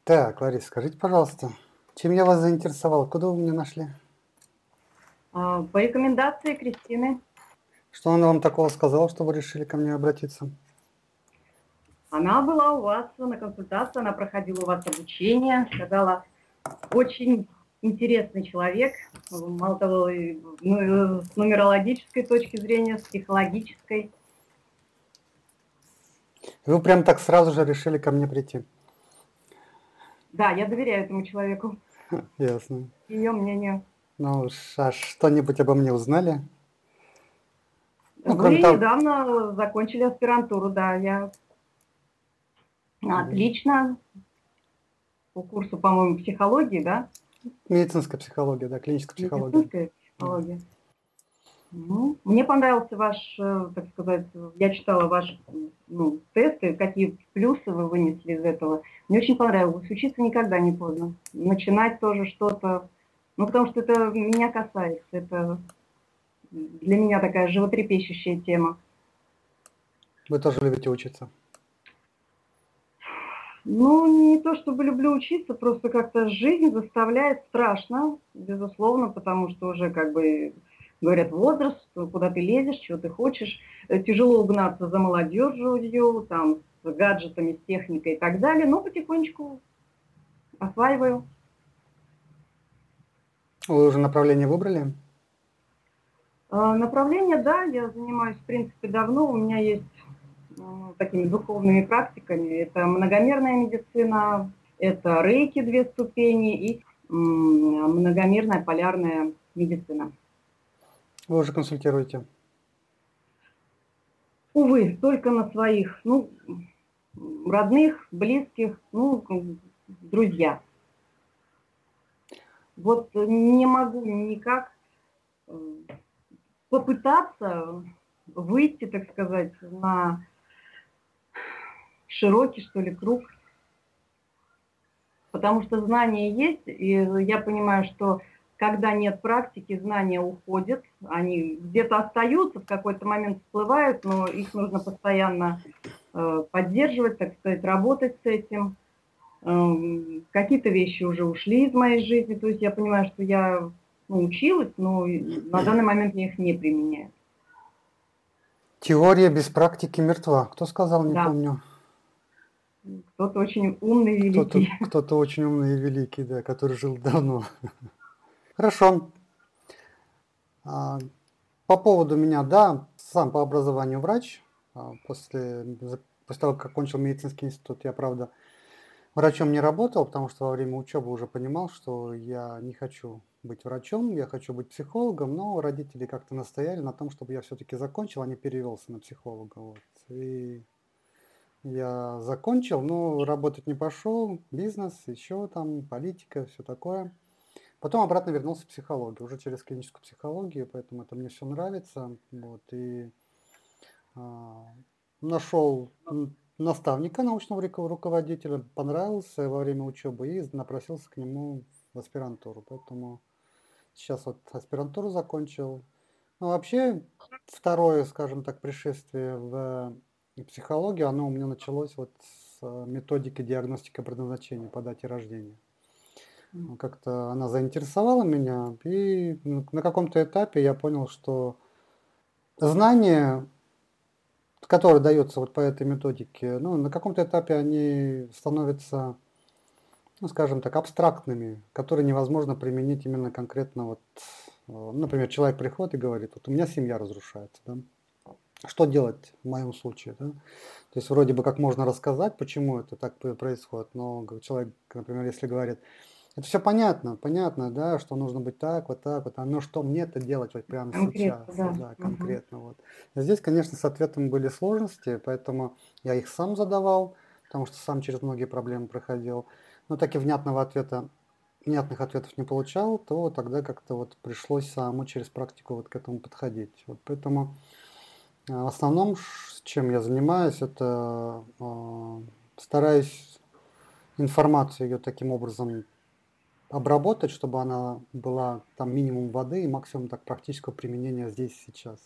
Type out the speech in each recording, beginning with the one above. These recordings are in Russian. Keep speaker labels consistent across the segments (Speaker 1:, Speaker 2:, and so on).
Speaker 1: Так, Лариса, скажите, пожалуйста, чем я вас заинтересовал? Откуда вы меня нашли?
Speaker 2: По рекомендации Кристины.
Speaker 1: Что она вам такого сказала, что вы решили ко мне обратиться?
Speaker 2: Она была у вас на консультации, она проходила у вас обучение, сказала, очень интересный человек, мало того, с нумерологической точки зрения, с психологической.
Speaker 1: Вы прям так сразу же решили ко мне прийти.
Speaker 2: Да, я доверяю этому человеку,
Speaker 1: Ясно.
Speaker 2: ее мнению.
Speaker 1: Ну, а что-нибудь обо мне узнали? Ну, кроме
Speaker 2: Вы
Speaker 1: того,
Speaker 2: недавно закончили аспирантуру, да, я отлично по курсу, по-моему, психологии, да,
Speaker 1: медицинская психология, да, клиническая психология.
Speaker 2: медицинская
Speaker 1: Да.
Speaker 2: психология. Ну, мне понравился ваш, так сказать, я читала ваши тесты, какие плюсы вы вынесли из этого. Мне очень понравилось. Учиться никогда не поздно. Начинать тоже что-то, ну, потому что это меня касается. Это для меня такая животрепещущая тема.
Speaker 1: Вы тоже любите учиться.
Speaker 2: Ну, не то чтобы люблю учиться, просто как-то жизнь заставляет страшно, безусловно, потому что уже как бы говорят возраст, куда ты лезешь, чего ты хочешь. Тяжело угнаться за молодежью, там, с гаджетами, с техникой и так далее, но потихонечку осваиваю.
Speaker 1: Вы уже направление выбрали?
Speaker 2: Направление, да, я занимаюсь, в принципе, давно. У меня есть такими духовными практиками. Это многомерная медицина, это рейки 2 ступени и многомерная полярная медицина.
Speaker 1: Вы уже консультируете?
Speaker 2: Увы, только на своих, ну, родных, близких, ну, друзья. Вот не могу никак попытаться выйти, так сказать, на широкий, что ли, круг, потому что знания есть, и я понимаю, что когда нет практики, знания уходят, они где-то остаются, в какой-то момент всплывают, но их нужно постоянно поддерживать, так сказать, работать с этим. Какие-то вещи уже ушли из моей жизни, то есть я понимаю, что я училась, но на данный момент я их не применяю.
Speaker 1: Теория без практики мертва. Кто сказал, не
Speaker 2: Да,
Speaker 1: помню.
Speaker 2: кто-то очень умный,
Speaker 1: Кто-то,
Speaker 2: великий.
Speaker 1: кто-то очень умный и великий, да, который жил давно. Хорошо. А, По поводу меня, да, сам по образованию врач. После того, как окончил медицинский институт, я, правда, врачом не работал, потому что во время учебы уже понимал, что я не хочу быть врачом, я хочу быть психологом, но родители как-то настояли на том, чтобы я все-таки закончил, а не перевелся на психолога. Вот. И я закончил, но работать не пошел, бизнес, еще там, политика, все такое. Потом обратно вернулся в психологию, уже через клиническую психологию, поэтому это мне все нравится. Вот, и нашел наставника, научного руководителя, понравился во время учебы и напросился к нему в аспирантуру. Поэтому сейчас вот аспирантуру закончил. Ну, вообще, второе, скажем так, пришествие в психологию, оно у меня началось вот с методики диагностики предназначения по дате рождения. Как-то она заинтересовала меня, и на каком-то этапе я понял, что знания, которые даются вот по этой методике, ну, на каком-то этапе они становятся, ну, скажем так, абстрактными, которые невозможно применить именно конкретно вот, например, человек приходит и говорит, вот у меня семья разрушается, да? Что делать в моем случае, да? То есть вроде бы как можно рассказать, почему это так происходит, но человек, например, если говорит, это все понятно, понятно, да, что нужно быть так, вот, но что мне это делать вот прямо сейчас,
Speaker 2: Конкретно, да.
Speaker 1: да,
Speaker 2: Мгм.
Speaker 1: конкретно вот. А здесь, конечно, с ответом были сложности, поэтому я их сам задавал, потому что сам через многие проблемы проходил, но так и внятных ответов не получал, то тогда как-то вот пришлось самому через практику вот к этому подходить. Вот поэтому в основном, чем я занимаюсь, это стараюсь информацию ее таким образом обработать, чтобы она была там минимум воды и максимум так практического применения здесь и сейчас.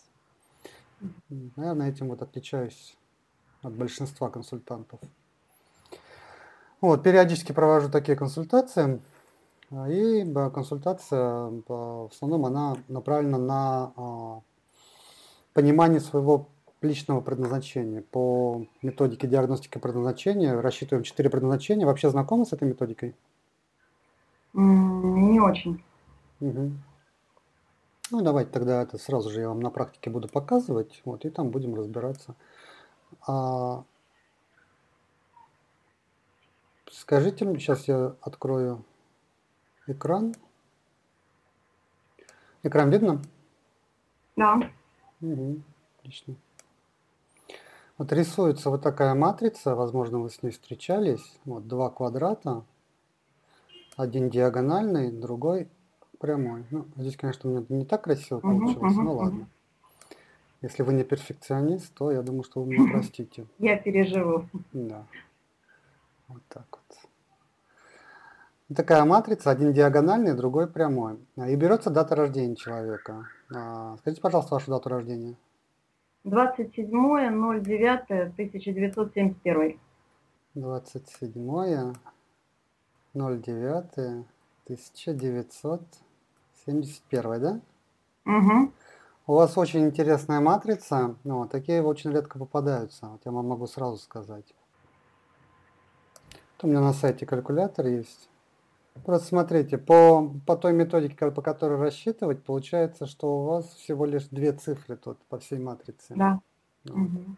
Speaker 1: Наверное, этим вот отличаюсь от большинства консультантов. Вот, периодически провожу такие консультации, и консультация в основном она направлена на понимание своего личного предназначения. По методике диагностики предназначения рассчитываем 4 предназначения. Вообще знакомы с этой методикой?
Speaker 2: Не очень.
Speaker 1: Мгм. Ну, давайте тогда это сразу же я вам на практике буду показывать, вот, и там будем разбираться. А, Скажите мне, сейчас я открою экран. Экран видно?
Speaker 2: Да.
Speaker 1: Мгм. Отлично. Вот рисуется вот такая матрица, возможно, вы с ней встречались. Вот два квадрата, один диагональный, другой прямой. Ну, здесь, конечно, у меня не так красиво получилось, но ладно. Если вы не перфекционист, то я думаю, что вы меня простите.
Speaker 2: Я переживу.
Speaker 1: Да, вот так вот. Такая матрица, один диагональный, другой прямой. И берется дата рождения человека. Скажите, пожалуйста, вашу дату рождения.
Speaker 2: 27.09.1971.
Speaker 1: 27.09.1971, да?
Speaker 2: Угу.
Speaker 1: У вас очень интересная матрица, но такие очень редко попадаются, вот я вам могу сразу сказать. Вот у меня на сайте калькулятор есть. Просто смотрите, по той методике, по которой рассчитывать, получается, что у вас всего лишь две цифры тут по всей матрице.
Speaker 2: Да.
Speaker 1: Вот.
Speaker 2: Угу.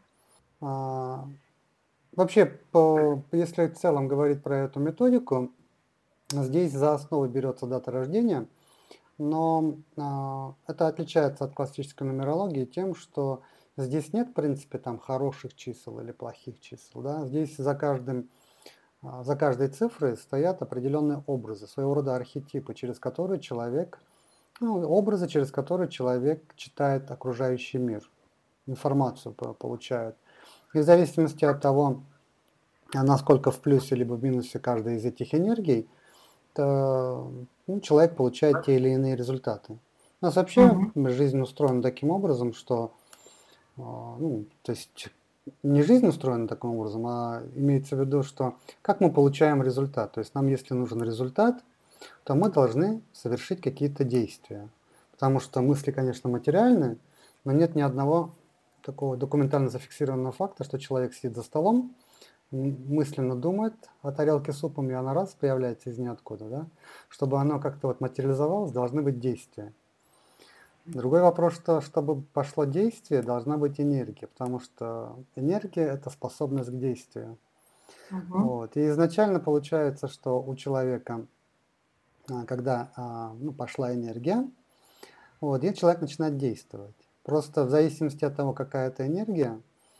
Speaker 1: Вообще, если в целом говорить про эту методику, здесь за основу берется дата рождения, но это отличается от классической нумерологии тем, что здесь нет, в принципе, там хороших чисел или плохих чисел. Да? Здесь за каждой цифрой стоят определенные образы, своего рода архетипы, через которые человек, образы, через которые человек читает окружающий мир, информацию получает. И в зависимости от того, насколько в плюсе либо в минусе каждая из этих энергий, то человек получает те или иные результаты. У нас вообще жизнь устроена таким образом, что, то есть не жизнь устроена таким образом, а имеется в виду, что как мы получаем результат. То есть нам, если нужен результат, то мы должны совершить какие-то действия. Потому что мысли, конечно, материальны, но нет ни одного такого документально зафиксированного факта, что человек сидит за столом, мысленно думает о тарелке с супом, и она раз появляется из ниоткуда. Да? Чтобы оно как-то вот материализовалось, должны быть действия. Другой вопрос, что чтобы пошло действие, должна быть энергия, потому что энергия – это способность к действию. Вот. И изначально получается, что у человека, когда пошла энергия, вот, и человек начинает действовать. Просто в зависимости от того, какая это энергия,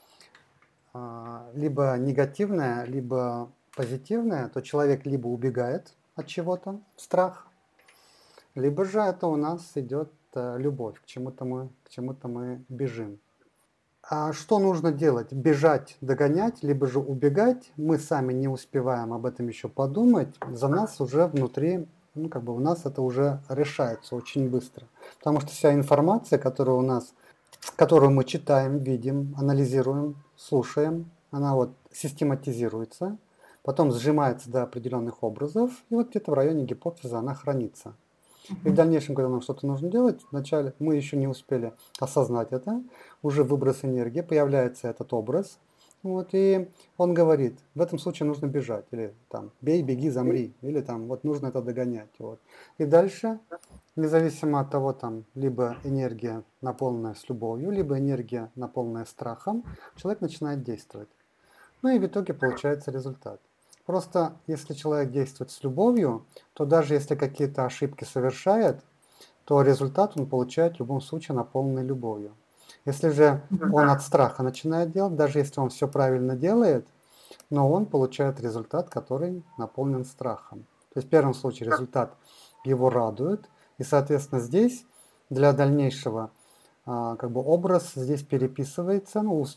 Speaker 1: либо негативная, либо позитивная, то человек либо убегает от чего-то, страх, либо же это у нас идет любовь, к чему-то мы бежим. А что нужно делать? Бежать, догонять, либо же убегать? Мы сами не успеваем об этом еще подумать. За нас уже внутри, у нас это уже решается очень быстро. Потому что вся информация, которая у нас, которую мы читаем, видим, анализируем, слушаем, она вот систематизируется, потом сжимается до определенных образов, и вот где-то в районе гипофиза она хранится. И в дальнейшем, когда нам что-то нужно делать, вначале мы еще не успели осознать это, уже выброс энергии, появляется этот образ, вот, и он говорит, в этом случае нужно бежать, или там, бей, беги, замри, или там, вот нужно это догонять. Вот. И дальше, независимо от того, там, либо энергия, наполненная с любовью, либо энергия, наполненная страхом, человек начинает действовать. Ну и в итоге получается результат. Просто если человек действует с любовью, то даже если какие-то ошибки совершает, то результат он получает в любом случае наполненный любовью. Если же он от страха начинает делать, даже если он все правильно делает, но он получает результат, который наполнен страхом. То есть в первом случае результат его радует, и, соответственно, здесь для дальнейшего образ здесь переписывается,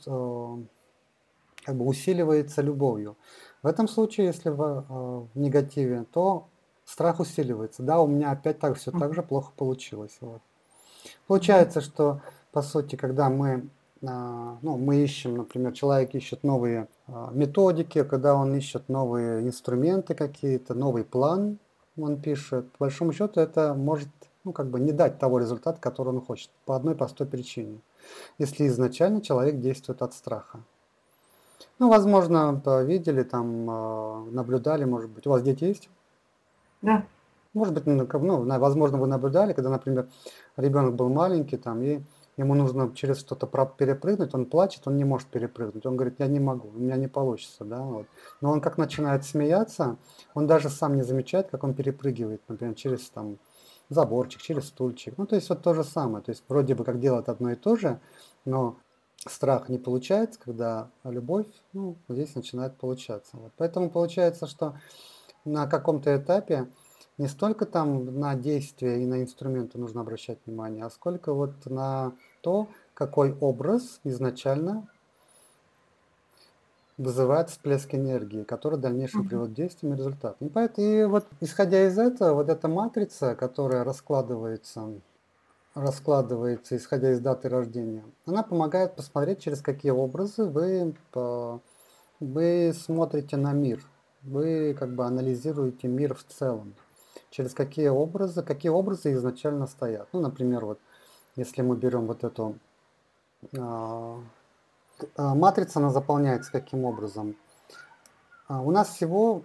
Speaker 1: усиливается любовью. В этом случае, если в негативе, то страх усиливается. Да, у меня опять все так же плохо получилось. Вот. Получается, что, по сути, когда мы ищем, например, человек ищет новые методики, когда он ищет новые инструменты какие-то, новый план он пишет. По большому счету это может не дать того результата, который он хочет, по одной простой причине. Если изначально человек действует от страха. Возможно, видели, наблюдали, может быть. У вас дети есть?
Speaker 2: Да.
Speaker 1: Может быть, возможно, вы наблюдали, когда, например, ребенок был маленький, и ему нужно через что-то перепрыгнуть, он плачет, он не может перепрыгнуть. Он говорит, я не могу, у меня не получится. Да, вот. Но он как начинает смеяться, он даже сам не замечает, как он перепрыгивает, например, через заборчик, через стульчик. То есть вот то же самое. То есть вроде бы как делает одно и то же, но страх не получается, когда любовь, здесь начинает получаться. Вот. Поэтому получается, что на каком-то этапе не столько на действия и на инструменты нужно обращать внимание, а сколько на то, какой образ изначально вызывает всплеск энергии, который в дальнейшем приводит к действиям и результатам. И исходя из этого, эта матрица, которая раскладывается, исходя из даты рождения, она помогает посмотреть, через какие образы вы смотрите на мир, вы анализируете мир в целом, через какие образы изначально стоят. Например, если мы берем эту матрица, она заполняется каким образом? У нас всего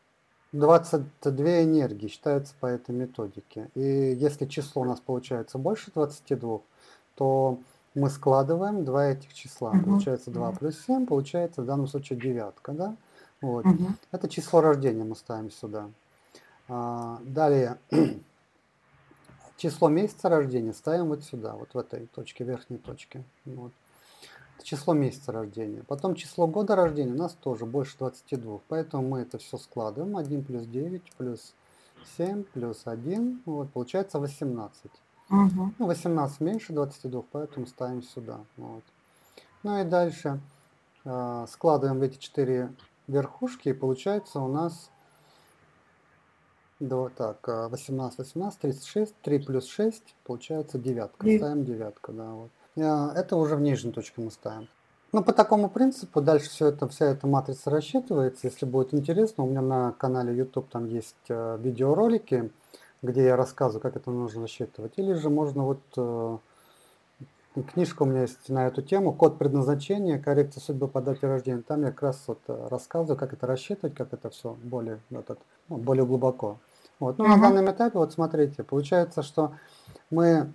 Speaker 1: 22 энергии считается по этой методике. И если число у нас получается больше 22, то мы складываем два этих числа. Получается 2 плюс 7, получается в данном случае девятка. Да? Вот. Это число рождения мы ставим сюда. Далее число месяца рождения ставим вот сюда, вот в этой точке, верхней точке. Вот. Это число месяца рождения. Потом число года рождения у нас тоже больше 22. Поэтому мы это все складываем. 1 плюс 9 плюс 7 плюс 1. Вот, получается 18. 18 меньше 22, поэтому ставим сюда. Вот. И дальше складываем эти 4 верхушки, и получается у нас 18, 18, 36, 3 плюс 6, получается девятка. Ставим девятку, да. Вот. Это уже в нижней точке мы ставим. По такому принципу дальше вся эта матрица рассчитывается. Если будет интересно, у меня на канале YouTube там есть видеоролики, где я рассказываю, как это нужно рассчитывать. Или же можно книжка у меня есть на эту тему «Код предназначения. Коррекция судьбы по дате рождения». Там я как раз рассказываю, как это рассчитывать, как это все более глубоко. Вот. На данном этапе, смотрите, получается, что мы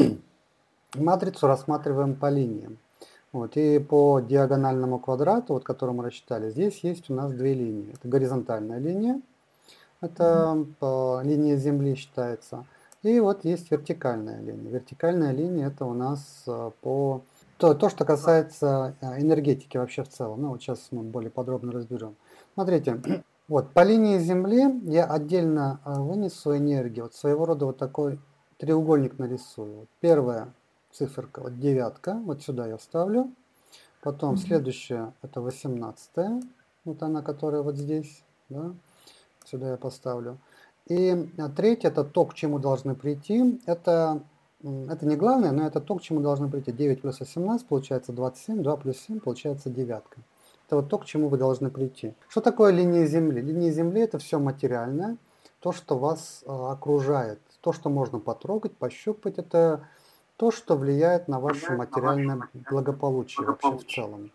Speaker 1: матрицу рассматриваем по линиям. Вот. И по диагональному квадрату, который мы рассчитали, здесь есть у нас две линии. Это горизонтальная линия, это линия Земли считается. И есть вертикальная линия. Вертикальная линия это у нас то, что касается энергетики вообще в целом. Сейчас мы более подробно разберем. Смотрите, по линии Земли я отдельно вынесу энергию. Своего рода такой треугольник нарисую. Первая циферка, девятка, сюда я ставлю. Потом следующая это 18, она, которая здесь, да? Сюда я поставлю. И третье, это то, к чему должны прийти. Это не главное, но это то, к чему должны прийти. 9 плюс 18 получается 27, 2 плюс 7 получается девятка. Это то, к чему вы должны прийти. Что такое линия Земли? Линия Земли это все материальное, то, что вас окружает, то, что можно потрогать, пощупать, это то, что влияет на ваше материальное благополучие вообще в целом.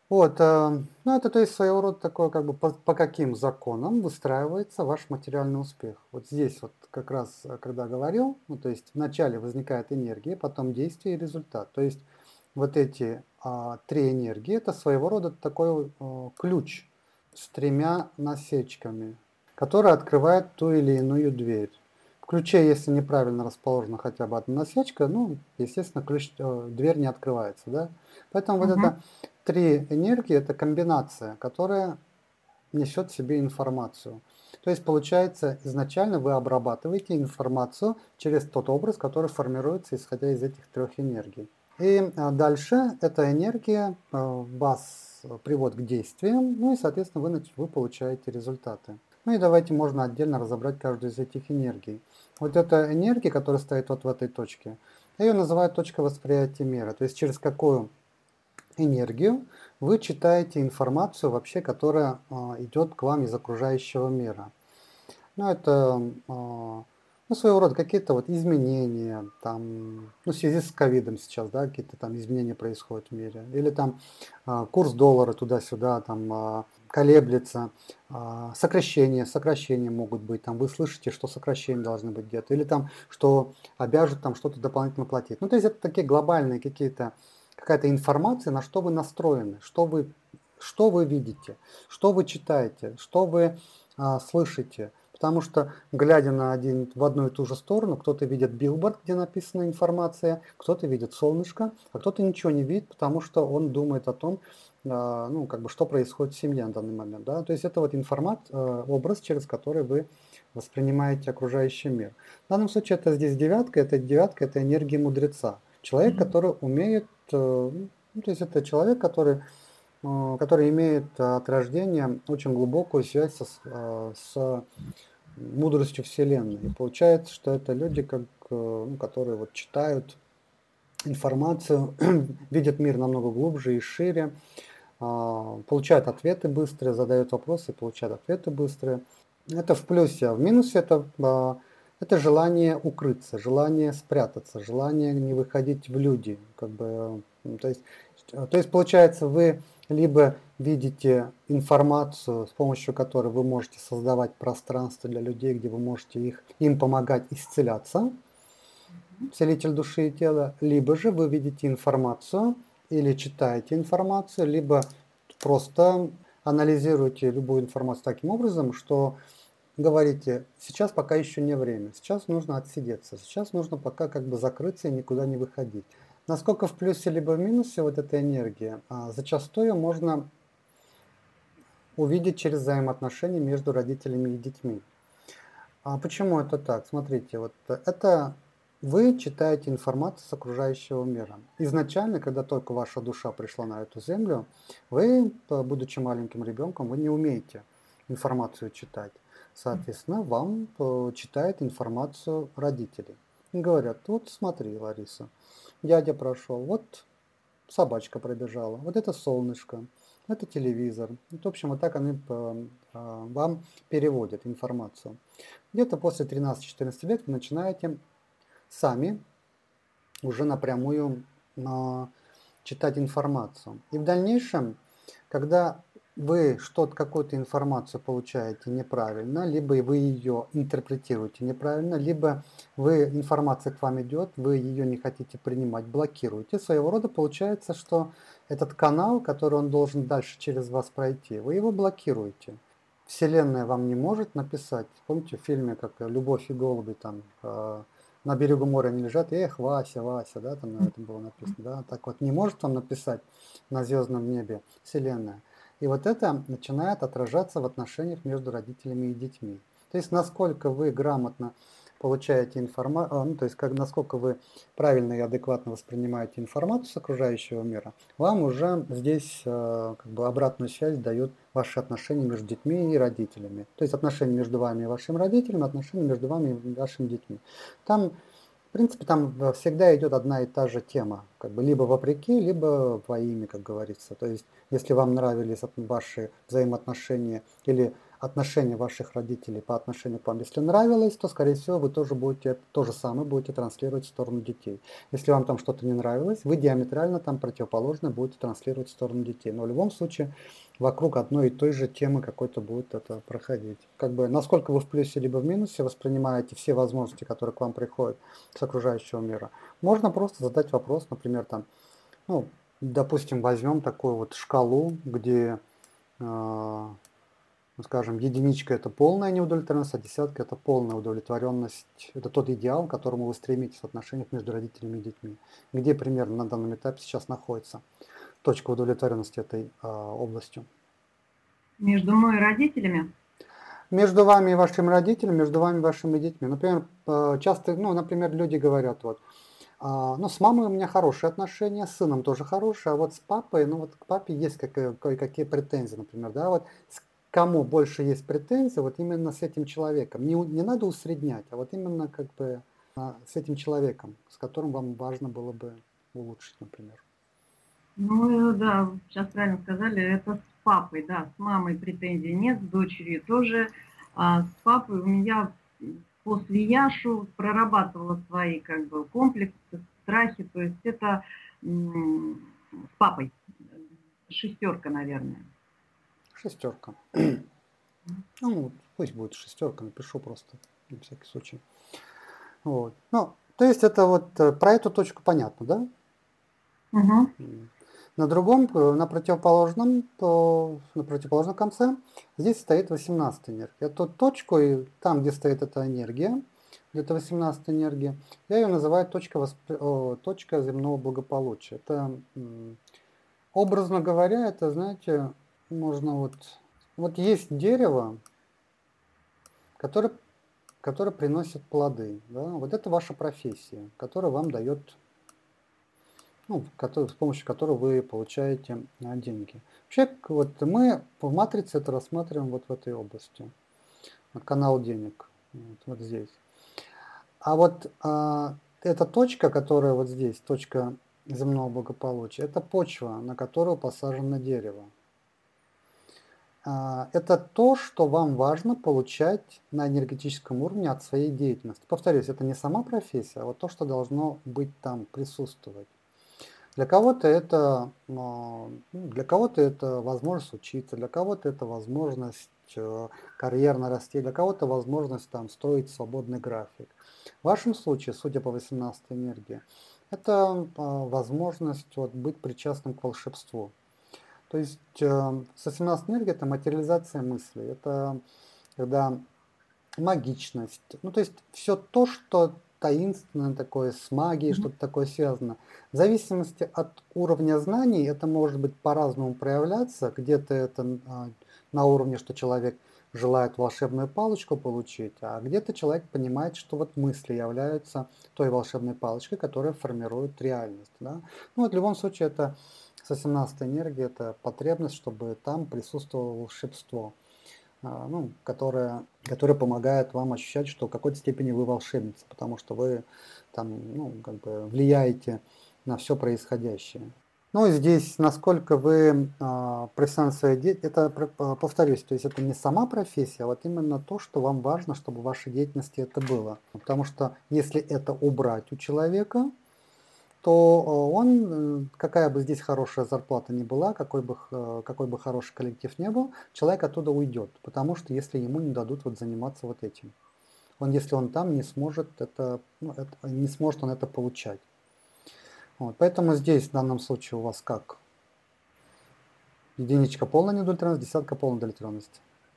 Speaker 1: Это то есть своего рода такое, по каким законам выстраивается ваш материальный успех. Здесь как раз, когда говорил, то есть вначале возникает энергия, потом действие и результат. То есть эти три энергии, это своего рода такой ключ с тремя насечками, который открывает ту или иную дверь. В ключе, если неправильно расположена хотя бы одна насечка, естественно, дверь не открывается, да? Поэтому это три энергии – это комбинация, которая несет в себе информацию. То есть, получается, изначально вы обрабатываете информацию через тот образ, который формируется, исходя из этих трех энергий. И дальше эта энергия вас приводит к действиям, и, соответственно, вы получаете результаты. И давайте можно отдельно разобрать каждую из этих энергий. Эта энергия, которая стоит в этой точке, ее называют точка восприятия мира. То есть через какую энергию, вы читаете информацию вообще, которая идет к вам из окружающего мира. Ну, это ну, своего рода какие-то вот изменения, там, ну, в связи с ковидом сейчас, да, какие-то там изменения происходят в мире. Или там курс доллара туда-сюда там колеблется, сокращения могут быть, там вы слышите, что сокращения должны быть где-то, или там, что обяжут там что-то дополнительно платить. Ну, то есть это такие глобальные какие-то, какая-то информация, на что вы настроены, что вы видите, что вы читаете, что вы слышите. Потому что, глядя в одну и ту же сторону, кто-то видит билборд, где написана информация, кто-то видит солнышко, а кто-то ничего не видит, потому что он думает о том, ну, как бы, что происходит в семье на данный момент. Да? То есть это вот образ, через который вы воспринимаете окружающий мир. В данном случае это здесь девятка, это энергия мудреца. Человек, который умеет, ну, то есть это человек, который имеет от рождения очень глубокую связь с мудростью Вселенной. И получается, что это люди, ну, которые вот читают информацию, видят мир намного глубже и шире, получают ответы быстрые, задают вопросы, получают ответы быстрые. Это в плюсе, а в минусе это желание укрыться, желание спрятаться, желание не выходить в люди. Как бы, то есть получается, вы либо видите информацию, с помощью которой вы можете создавать пространство для людей, где вы можете им помогать исцеляться, целитель души и тела, либо же вы видите информацию или читаете информацию, либо просто анализируете любую информацию таким образом, что говорите, сейчас пока еще не время, сейчас нужно отсидеться, сейчас нужно пока как бы закрыться и никуда не выходить. Насколько в плюсе либо в минусе вот эта энергия, зачастую можно увидеть через взаимоотношения между родителями и детьми. А почему это так? Смотрите, вот это вы читаете информацию с окружающего мира. Изначально, когда только ваша душа пришла на эту землю, вы, будучи маленьким ребенком, вы не умеете информацию читать. Соответственно, вам читает информацию родители. И говорят, вот смотри, Лариса, дядя прошел, вот собачка пробежала, вот это солнышко, это телевизор. В общем, вот так они вам переводят информацию. Где-то после 13-14 лет вы начинаете сами уже напрямую читать информацию. И в дальнейшем, когда вы какую-то информацию получаете неправильно, либо вы ее интерпретируете неправильно, либо информация к вам идет, вы ее не хотите принимать, блокируете. Своего рода получается, что этот канал, который он должен дальше через вас пройти, вы его блокируете. Вселенная вам не может написать. Помните в фильме, как «Любовь и голуби» там на берегу моря они лежат, эх, Вася, Вася, да, там на этом было написано, да, так вот не может он написать на звездном небе Вселенная. И вот это начинает отражаться в отношениях между родителями и детьми. То есть насколько вы грамотно получаете информацию, ну, то есть насколько вы правильно и адекватно воспринимаете информацию с окружающего мира, вам уже здесь как бы обратную связь дают ваши отношения между детьми и родителями. То есть отношения между вами и вашими родителями, отношения между вами и вашими детьми. Там, в принципе, там всегда идет одна и та же тема, как бы либо вопреки, либо во имя, как говорится. То есть, если вам нравились ваши взаимоотношения или отношения ваших родителей по отношению к вам, если нравилось, то, скорее всего, вы тоже будете то же самое будете транслировать в сторону детей. Если вам там что-то не нравилось, вы диаметрально там противоположно будете транслировать в сторону детей. Но в любом случае, вокруг одной и той же темы какой-то будет это проходить. Как бы насколько вы в плюсе либо в минусе воспринимаете все возможности, которые к вам приходят с окружающего мира, можно просто задать вопрос, например, там, ну, допустим, возьмем такую вот шкалу, где, скажем, единичка это полная неудовлетворенность, а десятка это полная удовлетворенность. Это тот идеал, к которому вы стремитесь в отношениях между родителями и детьми. Где примерно на данном этапе сейчас находится точка удовлетворенности этой областью?
Speaker 2: Между мной и родителями?
Speaker 1: Между вами и вашими родителями, между вами и вашими детьми. Например, часто, ну, например, люди говорят, вот, ну, с мамой у меня хорошие отношения, с сыном тоже хорошие, а вот с папой, ну, вот к папе есть кое-какие претензии, например, да, вот кому больше есть претензии, вот именно с этим человеком. Не надо усреднять, а вот именно как бы с этим человеком, с которым вам важно было бы улучшить, например.
Speaker 2: Ну да, сейчас правильно сказали, это с папой, да, с мамой претензий нет, с дочерью тоже. А с папой у меня после Яшу прорабатывала свои как бы комплексы, страхи, то есть это с папой. Шестерка, наверное.
Speaker 1: Шестерка. Ну, пусть будет шестерка, напишу просто, на всякий случай. Вот. Ну, то есть это вот про эту точку понятно, да?
Speaker 2: Угу.
Speaker 1: На другом, на противоположном конце здесь стоит 18 энергия. Эту точку, и там, где стоит эта энергия, где-то 18 энергия, я ее называю точка земного благополучия. Это, образно говоря, это, знаете, можно вот есть дерево, которое, которое приносит плоды. Да? Вот это ваша профессия, которая вам дает, ну, с помощью которой вы получаете деньги. Вообще, вот мы в матрице это рассматриваем вот в этой области. Канал денег. Вот здесь. А вот эта точка, которая вот здесь, точка земного благополучия, это почва, на которую посажено дерево. Это то, что вам важно получать на энергетическом уровне от своей деятельности. Повторюсь, это не сама профессия, а вот то, что должно быть там, присутствовать. Для кого-то это, для кого-то это возможность учиться, для кого-то это возможность карьерно расти, для кого-то возможность там строить свободный график. В вашем случае, судя по 18 энергии, это возможность вот, быть причастным к волшебству. То есть с 18 энергией это материализация мысли, это когда магичность, ну то есть все то, что таинственное такое, с магией, что-то такое связано. В зависимости от уровня знаний это может быть по-разному проявляться. Где-то это на уровне, что человек желает волшебную палочку получить, а где-то человек понимает, что вот мысли являются той волшебной палочкой, которая формирует реальность. Да? Ну вот в любом случае это с 18 энергии, это потребность, чтобы там присутствовало волшебство. Ну, которая помогает вам ощущать, что в какой-то степени вы волшебница, потому что вы там, ну, как бы влияете на все происходящее. Ну, и здесь, насколько вы профессионально своей деятельности, это, повторюсь, то есть это не сама профессия, а вот именно то, что вам важно, чтобы в вашей деятельности это было. Потому что если это убрать у человека, то он, какая бы здесь хорошая зарплата ни была, какой бы хороший коллектив не был, человек оттуда уйдет, потому что если ему не дадут вот заниматься вот этим. Если он там не сможет не сможет он это получать. Вот, поэтому здесь в данном случае у вас как? Единичка полная неудовлетворенность, десятка полная удовлетворенность.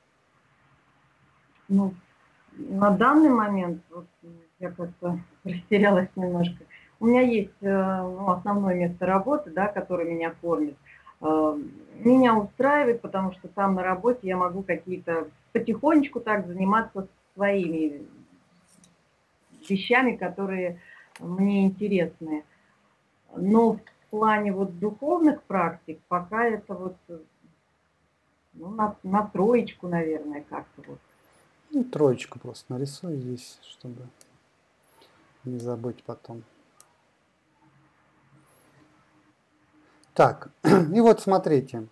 Speaker 2: Ну, на данный момент, вот, я как-то растерялась немножко. У меня есть ну, основное место работы, да, которое меня кормит. Меня устраивает, потому что там на работе я могу какие-то потихонечку так заниматься своими вещами, которые мне интересны. Но в плане вот духовных практик пока это вот ну, на троечку, наверное, как-то вот.
Speaker 1: Ну, троечку просто нарисую здесь, чтобы не забыть потом. Так, и вот смотрите.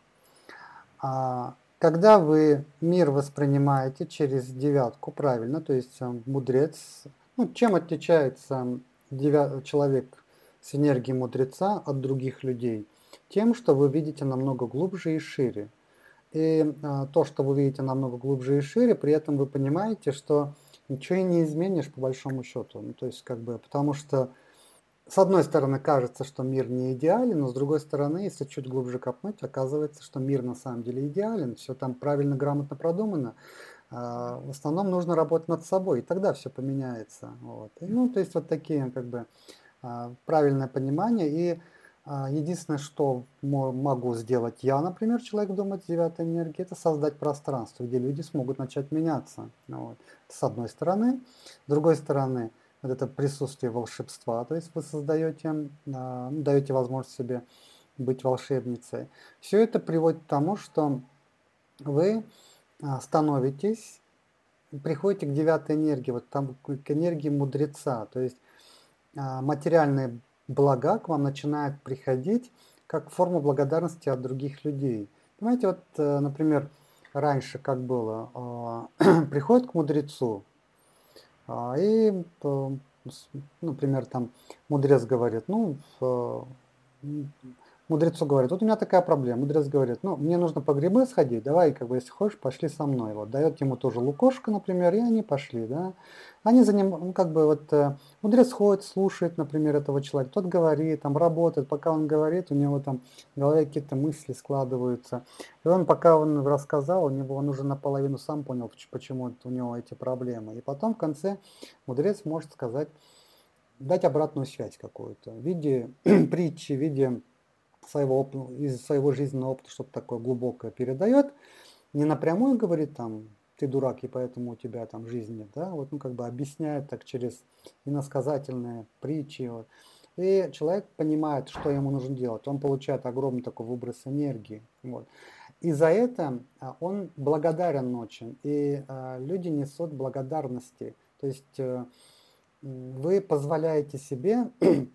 Speaker 1: Когда вы мир воспринимаете через девятку правильно, то есть мудрец, ну, чем отличается человек с энергией мудреца от других людей? Тем, что вы видите намного глубже и шире. И то, что вы видите намного глубже и шире, при этом вы понимаете, что ничего и не изменишь по большому счету. Ну, то есть, как бы, потому что с одной стороны, кажется, что мир не идеален, но с другой стороны, если чуть глубже копнуть, оказывается, что мир на самом деле идеален, все там правильно, грамотно продумано. В основном нужно работать над собой, и тогда все поменяется. Вот. Ну, то есть вот такие как бы правильное понимание. И единственное, что могу сделать я, например, человек думает с девятой энергии, это создать пространство, где люди смогут начать меняться. Вот. С одной стороны. С другой стороны, вот это присутствие волшебства, то есть вы создаете, даете возможность себе быть волшебницей. Все это приводит к тому, что вы становитесь, приходите к девятой энергии, вот там к энергии мудреца, то есть материальные блага к вам начинают приходить, как форму благодарности от других людей. Понимаете, вот, например, раньше как было, приходит к мудрецу, и, например, там мудрец говорит, мудрецу говорит, вот у меня такая проблема. Мудрец говорит, мне нужно по грибы сходить, давай, как бы, если хочешь, пошли со мной. Вот, дает ему тоже лукошко, например, и они пошли, да. Они за ним, мудрец ходит, слушает, например, этого человека, тот говорит, там, работает, пока он говорит, у него там в голове какие-то мысли складываются. И пока он рассказал, он уже наполовину сам понял, почему у него эти проблемы. И потом в конце мудрец может сказать, дать обратную связь какую-то в виде притчи, в виде из своего жизненного опыта что-то такое глубокое передает, не напрямую говорит там, ты дурак, и поэтому у тебя там жизнь нет, да, объясняет так через иносказательные притчи, вот. И человек понимает, что ему нужно делать, он получает огромный такой выброс энергии, вот. И за это он благодарен очень, и люди несут благодарности, то есть вы позволяете себе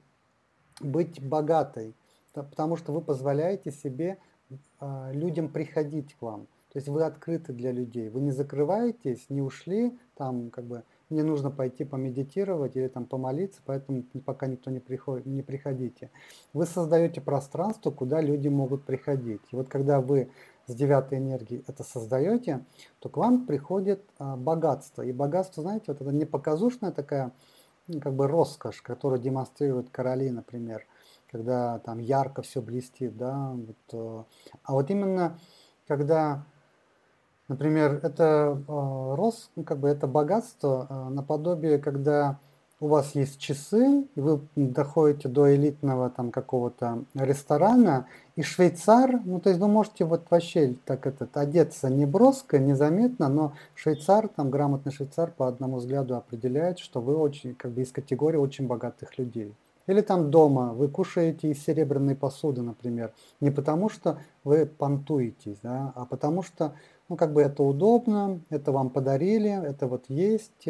Speaker 1: быть богатой, потому что вы позволяете себе людям приходить к вам. То есть вы открыты для людей, вы не закрываетесь, не ушли, там мне нужно пойти помедитировать или там помолиться, поэтому пока никто не приходит, не приходите. Вы создаете пространство, куда люди могут приходить. И вот когда вы с 9-й энергией это создаете, то к вам приходит богатство. И богатство, знаете, вот это не показушная такая роскошь, которую демонстрируют короли, например, когда там ярко все блестит, да, а вот именно когда, например, это это богатство наподобие, когда у вас есть часы, и вы доходите до элитного там какого-то ресторана, и швейцар, то есть вы можете вообще одеться не броско, незаметно, но швейцар, там грамотный швейцар по одному взгляду определяет, что вы очень, из категории очень богатых людей. Или там дома вы кушаете из серебряной посуды, например, не потому что вы понтуетесь, да, а потому что это удобно, это вам подарили, это есть,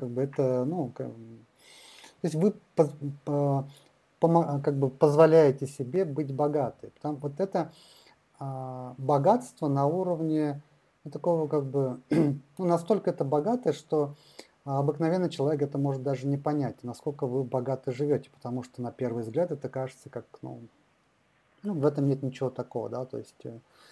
Speaker 1: то есть вы позволяете себе быть богатой. Это богатство на уровне такого настолько это богатое, что обыкновенный человек это может даже не понять, насколько вы богато живете, потому что на первый взгляд это кажется как, в этом нет ничего такого, да, то есть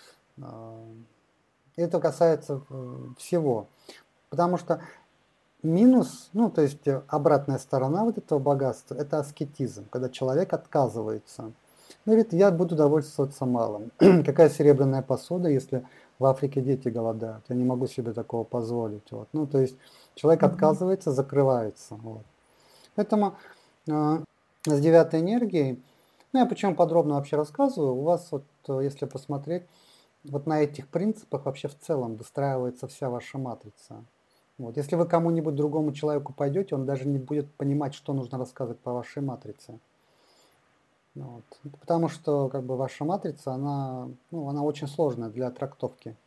Speaker 1: это касается всего, потому что минус, то есть обратная сторона этого богатства, это аскетизм, когда человек отказывается. Говорит, я буду довольствоваться малым. Какая серебряная посуда, если в Африке дети голодают? Я не могу себе такого позволить. Вот. То есть человек отказывается, закрывается. Вот. Поэтому с 9-й энергией, я почему подробно вообще рассказываю, у вас если посмотреть, на этих принципах вообще в целом выстраивается вся ваша матрица. Вот. Если вы кому-нибудь другому человеку пойдете, он даже не будет понимать, что нужно рассказывать по вашей матрице. Вот. Потому что ваша матрица, она очень сложная для трактовки.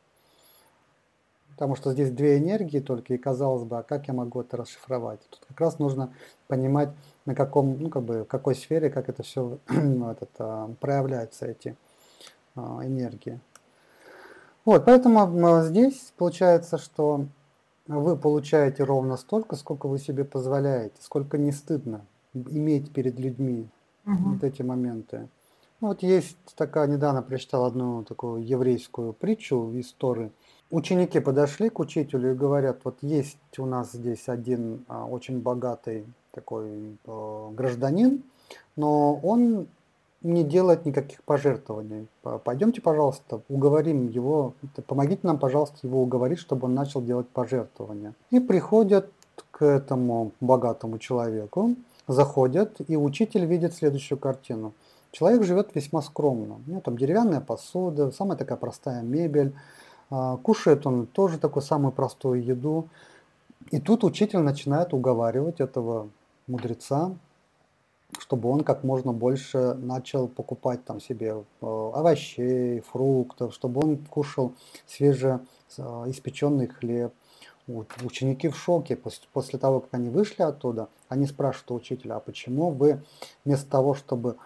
Speaker 1: Потому что здесь две энергии только, и казалось бы, а как я могу это расшифровать? Тут как раз нужно понимать, на каком, в какой сфере, как это все проявляются, эти энергии. Вот, поэтому здесь получается, что вы получаете ровно столько, сколько вы себе позволяете, сколько не стыдно иметь перед людьми вот эти моменты. Есть такая, недавно прочитал одну такую еврейскую притчу из Торы. Ученики подошли к учителю и говорят, есть у нас здесь один очень богатый такой гражданин, но он не делает никаких пожертвований. Пойдемте, пожалуйста, уговорим его, помогите нам, пожалуйста, его уговорить, чтобы он начал делать пожертвования. И приходят к этому богатому человеку, заходят, и учитель видит следующую картину. Человек живет весьма скромно. У него там деревянная посуда, самая такая простая мебель. Кушает он тоже такую самую простую еду. И тут учитель начинает уговаривать этого мудреца, чтобы он как можно больше начал покупать там себе овощей, фруктов, чтобы он кушал свежеиспеченный хлеб. Ученики в шоке. После того, как они вышли оттуда, они спрашивают у учителя, а почему вы вместо того, чтобы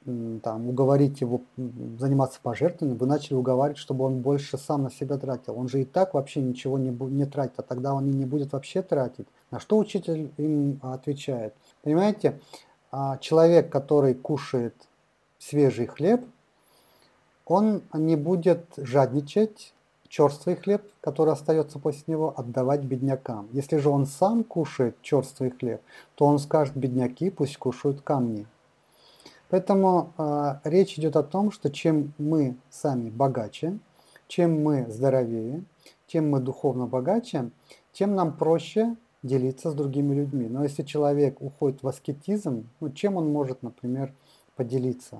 Speaker 1: там, уговорить его заниматься пожертвованием, вы начали уговаривать, чтобы он больше сам на себя тратил. Он же и так вообще ничего не тратит, а тогда он и не будет вообще тратить. На что учитель им отвечает? Понимаете, человек, который кушает свежий хлеб, он не будет жадничать, черствый хлеб, который остается после него, отдавать беднякам. Если же он сам кушает черствый хлеб, то он скажет: бедняки пусть кушают камни. Поэтому речь идет о том, что чем мы сами богаче, чем мы здоровее, чем мы духовно богаче, тем нам проще делиться с другими людьми. Но если человек уходит в аскетизм, чем он может, например, поделиться?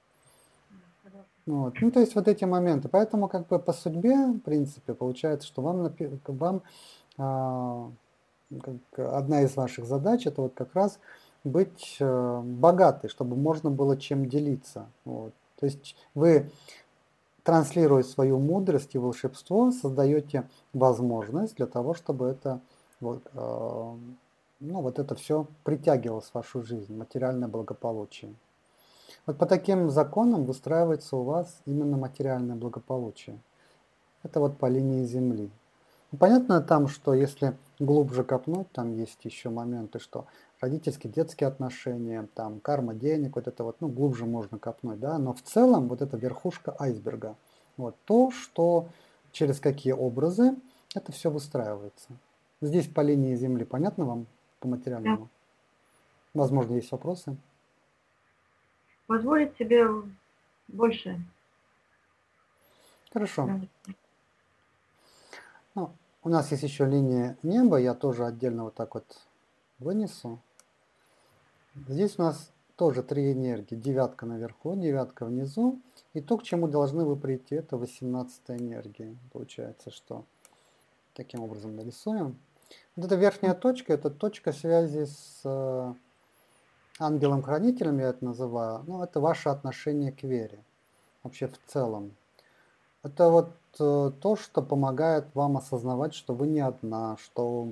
Speaker 1: Вот. То есть вот эти моменты. Поэтому как бы по судьбе, в принципе, получается, что вам одна из ваших задач – это вот как раз быть богатой, чтобы можно было чем делиться. Вот. То есть вы, транслируя свою мудрость и волшебство, создаете возможность для того, чтобы это вот это все притягивалось в вашу жизнь, материальное благополучие. Вот по таким законам выстраивается у вас именно материальное благополучие. Это вот по линии Земли. Понятно там, что если глубже копнуть, там есть еще моменты, что родительские, детские отношения, там карма денег, вот это вот, глубже можно копнуть, да, но в целом вот это верхушка айсберга. Вот то, что через какие образы это все выстраивается. Здесь по линии Земли понятно вам по материальному? Да. Возможно, есть вопросы?
Speaker 2: Позволить себе больше.
Speaker 1: Хорошо. У нас есть еще линия неба, я тоже отдельно вот так вот вынесу. Здесь у нас тоже 3 энергии. 9 наверху, 9 внизу. И то, к чему должны вы прийти, это 18-я энергия. Получается, что таким образом нарисуем. Вот эта верхняя точка, это точка связи с ангелом-хранителем, я это называю. Это ваше отношение к вере. Вообще в целом. Это вот то, что помогает вам осознавать, что вы не одна, что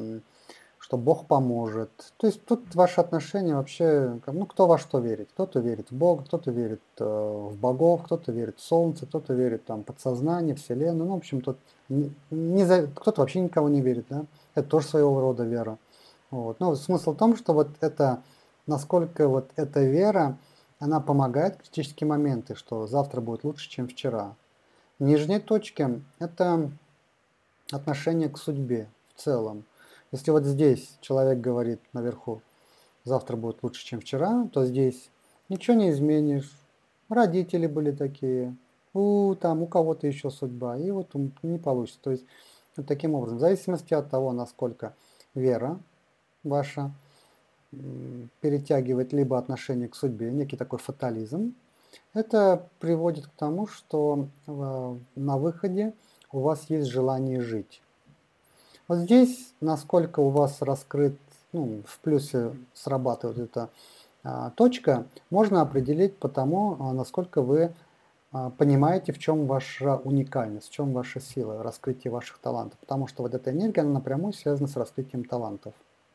Speaker 1: Бог поможет. То есть тут ваши отношения вообще, кто во что верит. Кто-то верит в Бога, кто-то верит в богов, кто-то верит в Солнце, кто-то верит в подсознание, Вселенную. В общем, тут кто-то вообще никого не верит, да? Это тоже своего рода вера. Вот. Смысл в том, что вот это, насколько вот эта вера, она помогает в критические моменты, что завтра будет лучше, чем вчера. Нижние точки – это отношение к судьбе в целом. Если вот здесь человек говорит наверху, завтра будет лучше, чем вчера, то здесь ничего не изменишь. Родители были такие, у кого-то еще судьба, и вот не получится. То есть вот таким образом, в зависимости от того, насколько вера ваша перетягивает либо отношение к судьбе, некий такой фатализм, это приводит к тому, что на выходе у вас есть желание жить. Вот здесь, насколько у вас раскрыт, в плюсе срабатывает эта точка, можно определить по тому, насколько вы понимаете, в чем ваша уникальность, в чем ваша сила, раскрытие ваших талантов. Потому что вот эта энергия, она напрямую связана с раскрытием талантов.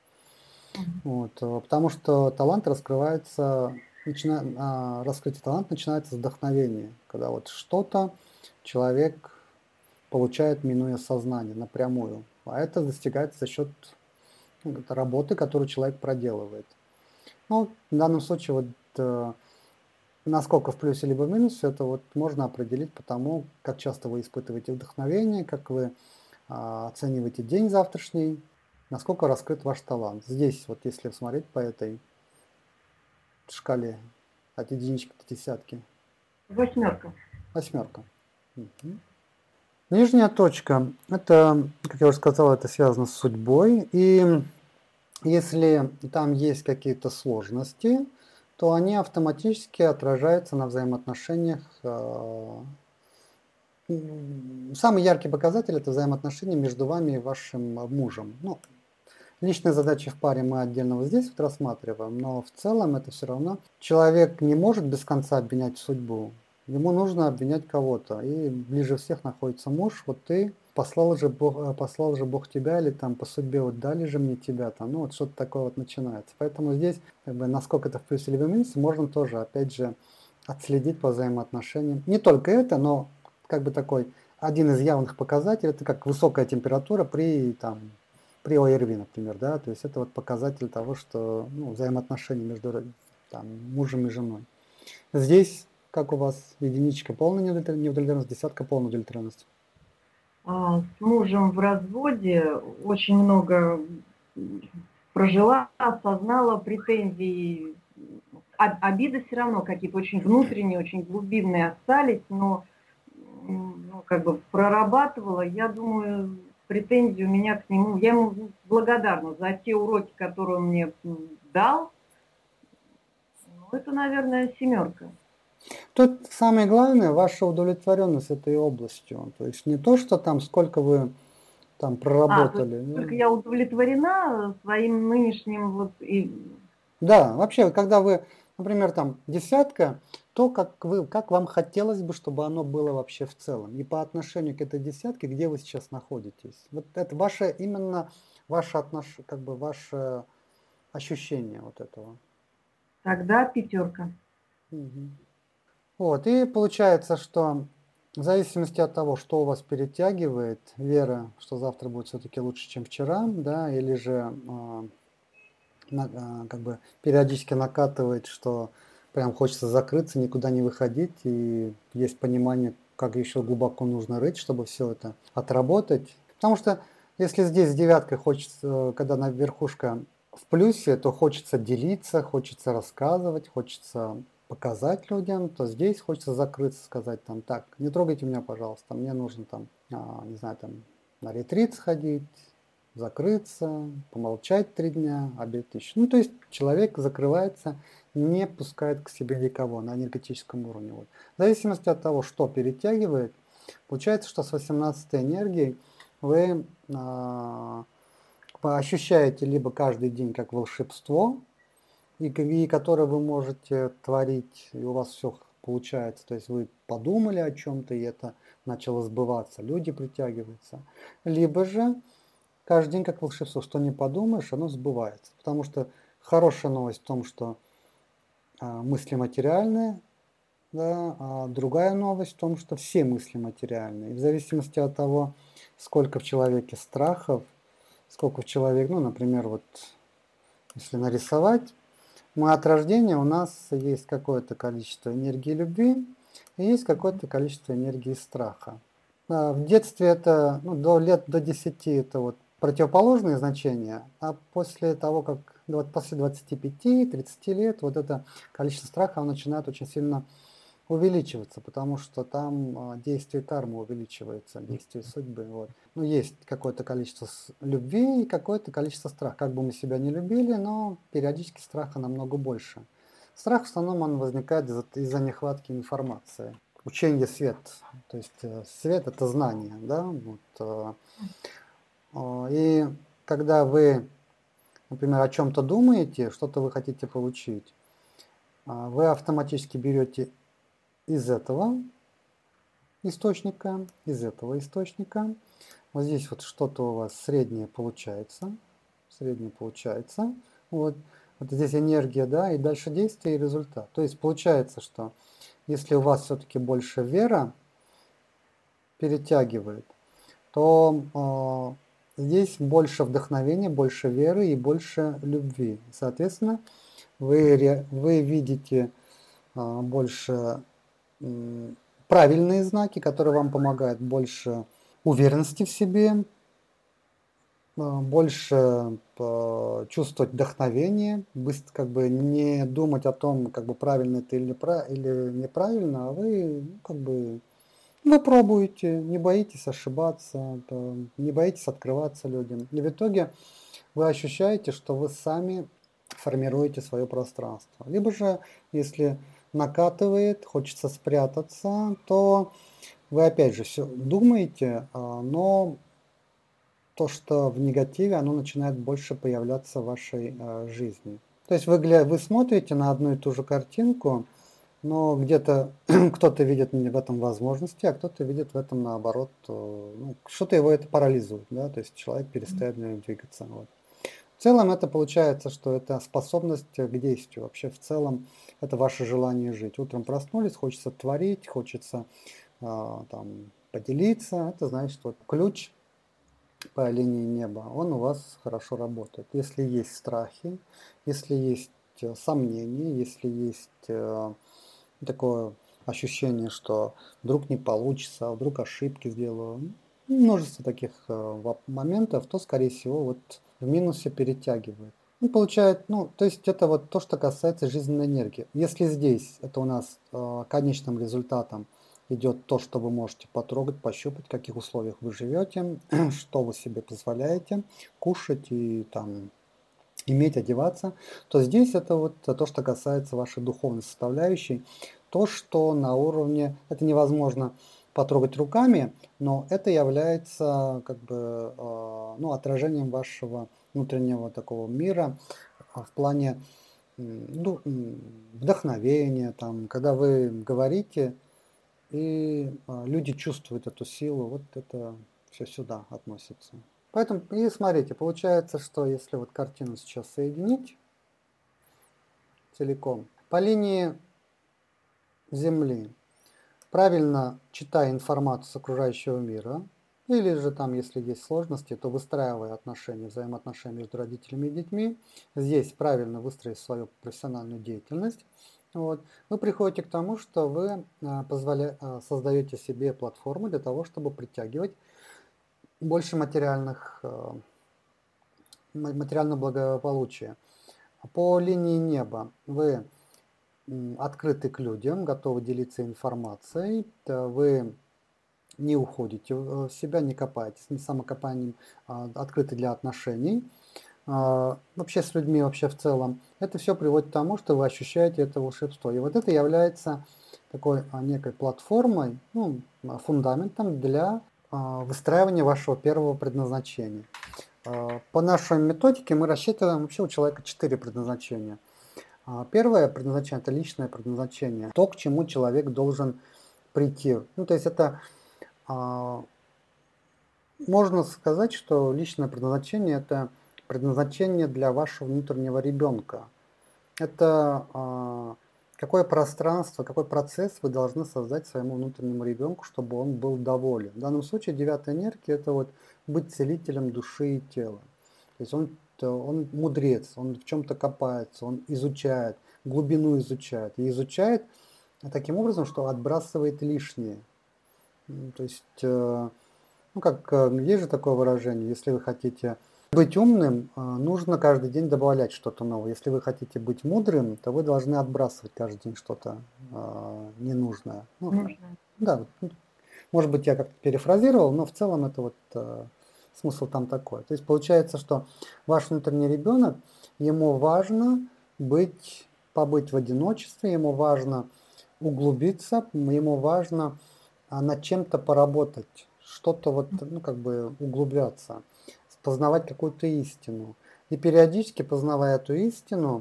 Speaker 1: Вот, потому что талант раскрывается, раскрытие таланта начинается с вдохновения, когда вот что-то человек получает, минуя сознание, напрямую. А это достигается за счет работы, которую человек проделывает. В данном случае, насколько в плюсе либо в минусе, это можно определить по тому, как часто вы испытываете вдохновение, как вы оцениваете день завтрашний, насколько раскрыт ваш талант. Здесь, если смотреть по этой шкале от единички до десятки.
Speaker 2: 8.
Speaker 1: 8. Угу. Нижняя точка, это, как я уже сказал, это связано с судьбой. И если там есть какие-то сложности, то они автоматически отражаются на взаимоотношениях. Самый яркий показатель – это взаимоотношения между вами и вашим мужем. Личные задачи в паре мы отдельно вот здесь рассматриваем, но в целом это все равно человек не может без конца обвинять судьбу. Ему нужно обвинять кого-то. И ближе всех находится муж. Вот ты послал же Бог тебя, или там по судьбе вот дали же мне тебя, там, ну вот что-то такое вот начинается. Поэтому здесь, как бы, насколько это в плюсе или в минусе, можно тоже, опять же, отследить по взаимоотношениям. Не только это, но как бы такой один из явных показателей, это как высокая температура при ОРВИ, например, да, то есть это вот показатель того, что взаимоотношения между там, мужем и женой. Здесь, как у вас, единичка полная неудовлетворенность, десятка полная удовлетворенность?
Speaker 2: С мужем в разводе очень много прожила, осознала претензии, обиды все равно какие-то очень внутренние, очень глубинные остались, но как бы прорабатывала. Я думаю, претензии у меня к нему, я ему благодарна за те уроки, которые он мне дал. Ну, это, наверное, 7.
Speaker 1: Тут самое главное ваша удовлетворенность этой областью. То есть не то, что там сколько вы там проработали.
Speaker 2: Только я удовлетворена своим нынешним вот и...
Speaker 1: Да, вообще, когда вы, например, там десятка, то как вам хотелось бы, чтобы оно было вообще в целом. И по отношению к этой десятке, где вы сейчас находитесь. Вот это именно ваше как бы ваше ощущение вот этого.
Speaker 2: Тогда 5.
Speaker 1: Угу. Вот, и получается, что в зависимости от того, что у вас перетягивает, вера, что завтра будет все-таки лучше, чем вчера, да, или же как бы периодически накатывает, что прям хочется закрыться, никуда не выходить, и есть понимание, как еще глубоко нужно рыть, чтобы все это отработать. Потому что если здесь с девяткой хочется, когда на верхушка в плюсе, то хочется делиться, хочется рассказывать, хочется показать людям, то здесь хочется закрыться, сказать там, так, не трогайте меня, пожалуйста, мне нужно там, не знаю, там на ретрит сходить, закрыться, помолчать 3 дня, обед еще. Ну, то есть человек закрывается, не пускает к себе никого на энергетическом уровне. Вот. В зависимости от того, что перетягивает, получается, что с 18-й энергией вы ощущаете либо каждый день как волшебство, и которое вы можете творить, и у вас все получается. То есть вы подумали о чем-то, и это начало сбываться, люди притягиваются. Либо же каждый день как волшебство, что не подумаешь, оно сбывается. Потому что хорошая новость в том, что мысли материальные, да, а другая новость в том, что все мысли материальные. И в зависимости от того, сколько в человеке страхов, сколько в человеке, ну, например, вот если нарисовать, мы от рождения у нас есть какое-то количество энергии любви и есть какое-то количество энергии страха. В детстве это, до 10 это вот противоположные значения, а после того, как после 25-30 лет, вот это количество страха оно начинает очень сильно увеличиваться, потому что там действие кармы увеличивается, действие судьбы. Вот. Ну, есть какое-то количество любви и какое-то количество страха. Как бы мы себя не любили, но периодически страха намного больше. Страх в основном он возникает из-за нехватки информации. Учение свет, то есть свет это знание, да, вот, и когда вы, например, о чем-то думаете, что-то вы хотите получить, вы автоматически берете из этого источника, вот здесь вот что-то у вас среднее получается, вот здесь энергия, да, и дальше действие и результат. То есть получается, что если у вас все-таки больше вера перетягивает, то здесь больше вдохновения, больше веры и больше любви. Соответственно, вы видите больше правильные знаки, которые вам помогают, больше уверенности в себе, больше чувствовать вдохновение, быстро как бы не думать о том, как бы правильно это или неправильно, а вы как бы вы пробуете, не боитесь ошибаться, не боитесь открываться людям. И в итоге вы ощущаете, что вы сами формируете свое пространство. Либо же, если накатывает, хочется спрятаться, то вы опять же все думаете, но то, что в негативе, оно начинает больше появляться в вашей жизни. То есть вы смотрите на одну и ту же картинку, Но где-то кто-то видит в этом возможности, а кто-то видит в этом наоборот, ну, что-то его это парализует, да, то есть человек перестает двигаться. Вот. В целом это получается, что это способность к действию. Вообще в целом это ваше желание жить. Утром проснулись, хочется творить, хочется там поделиться. Это значит, вот ключ по линии неба, он у вас хорошо работает. Если есть страхи, если есть сомнения, если есть такое ощущение, что вдруг не получится, а вдруг ошибки сделаю, множество таких моментов, то, скорее всего, вот в минусе перетягивает. Ну, получает, ну, то есть это вот то, что касается жизненной энергии. Если здесь это у нас конечным результатом идет то, что вы можете потрогать, пощупать, в каких условиях вы живете, что вы себе позволяете кушать и там иметь, одеваться, то здесь это вот то, что касается вашей духовной составляющей, то, что на уровне, это невозможно потрогать руками, но это является как бы ну, отражением вашего внутреннего такого мира в плане ну, вдохновения, там, когда вы говорите, и люди чувствуют эту силу, вот это все сюда относится. Поэтому, и смотрите, получается, что если вот картину сейчас соединить целиком, по линии Земли, правильно читая информацию с окружающего мира, или же там, если есть сложности, то выстраивая отношения, взаимоотношения между родителями и детьми, здесь правильно выстроить свою профессиональную деятельность, вот, вы приходите к тому, что вы создаете себе платформу для того, чтобы притягивать больше материального благополучия. По линии неба вы открыты к людям, готовы делиться информацией, вы не уходите в себя, не копаетесь, не самокопанием, открыты для отношений, вообще с людьми вообще в целом. Это все приводит к тому, что вы ощущаете это волшебство. И вот это является такой некой платформой, ну, фундаментом для выстраивания вашего первого предназначения. По нашей методике мы рассчитываем вообще у человека 4 предназначения. Первое предназначение – это личное предназначение, то, к чему человек должен прийти. Ну, то есть это можно сказать, что личное предназначение – это предназначение для вашего внутреннего ребенка. Это какое пространство, какой процесс вы должны создать своему внутреннему ребенку, чтобы он был доволен. В данном случае 9-я энергия – это вот быть целителем души и тела. То есть он мудрец, он в чем-то копается, он изучает, глубину изучает. И изучает таким образом, что отбрасывает лишнее. То есть, ну как, есть же такое выражение, если вы хотите быть умным, нужно каждый день добавлять что-то новое. Если вы хотите быть мудрым, то вы должны отбрасывать каждый день что-то ненужное. Ну, да, может быть, я как-то перефразировал, но в целом это вот смысл там такой. То есть получается, что ваш внутренний ребенок, ему важно побыть в одиночестве, ему важно углубиться, ему важно над чем-то поработать, что-то вот, ну, как бы углубляться, познавать какую-то истину. И периодически, познавая эту истину,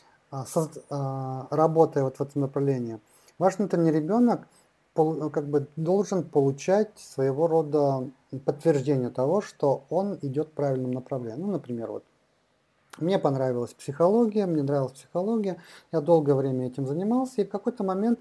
Speaker 1: работая вот в этом направлении, ваш внутренний ребенок как бы должен получать своего рода подтверждение того, что он идет в правильном направлении. Ну, например, вот мне понравилась психология, мне нравилась психология, я долгое время этим занимался, и в какой-то момент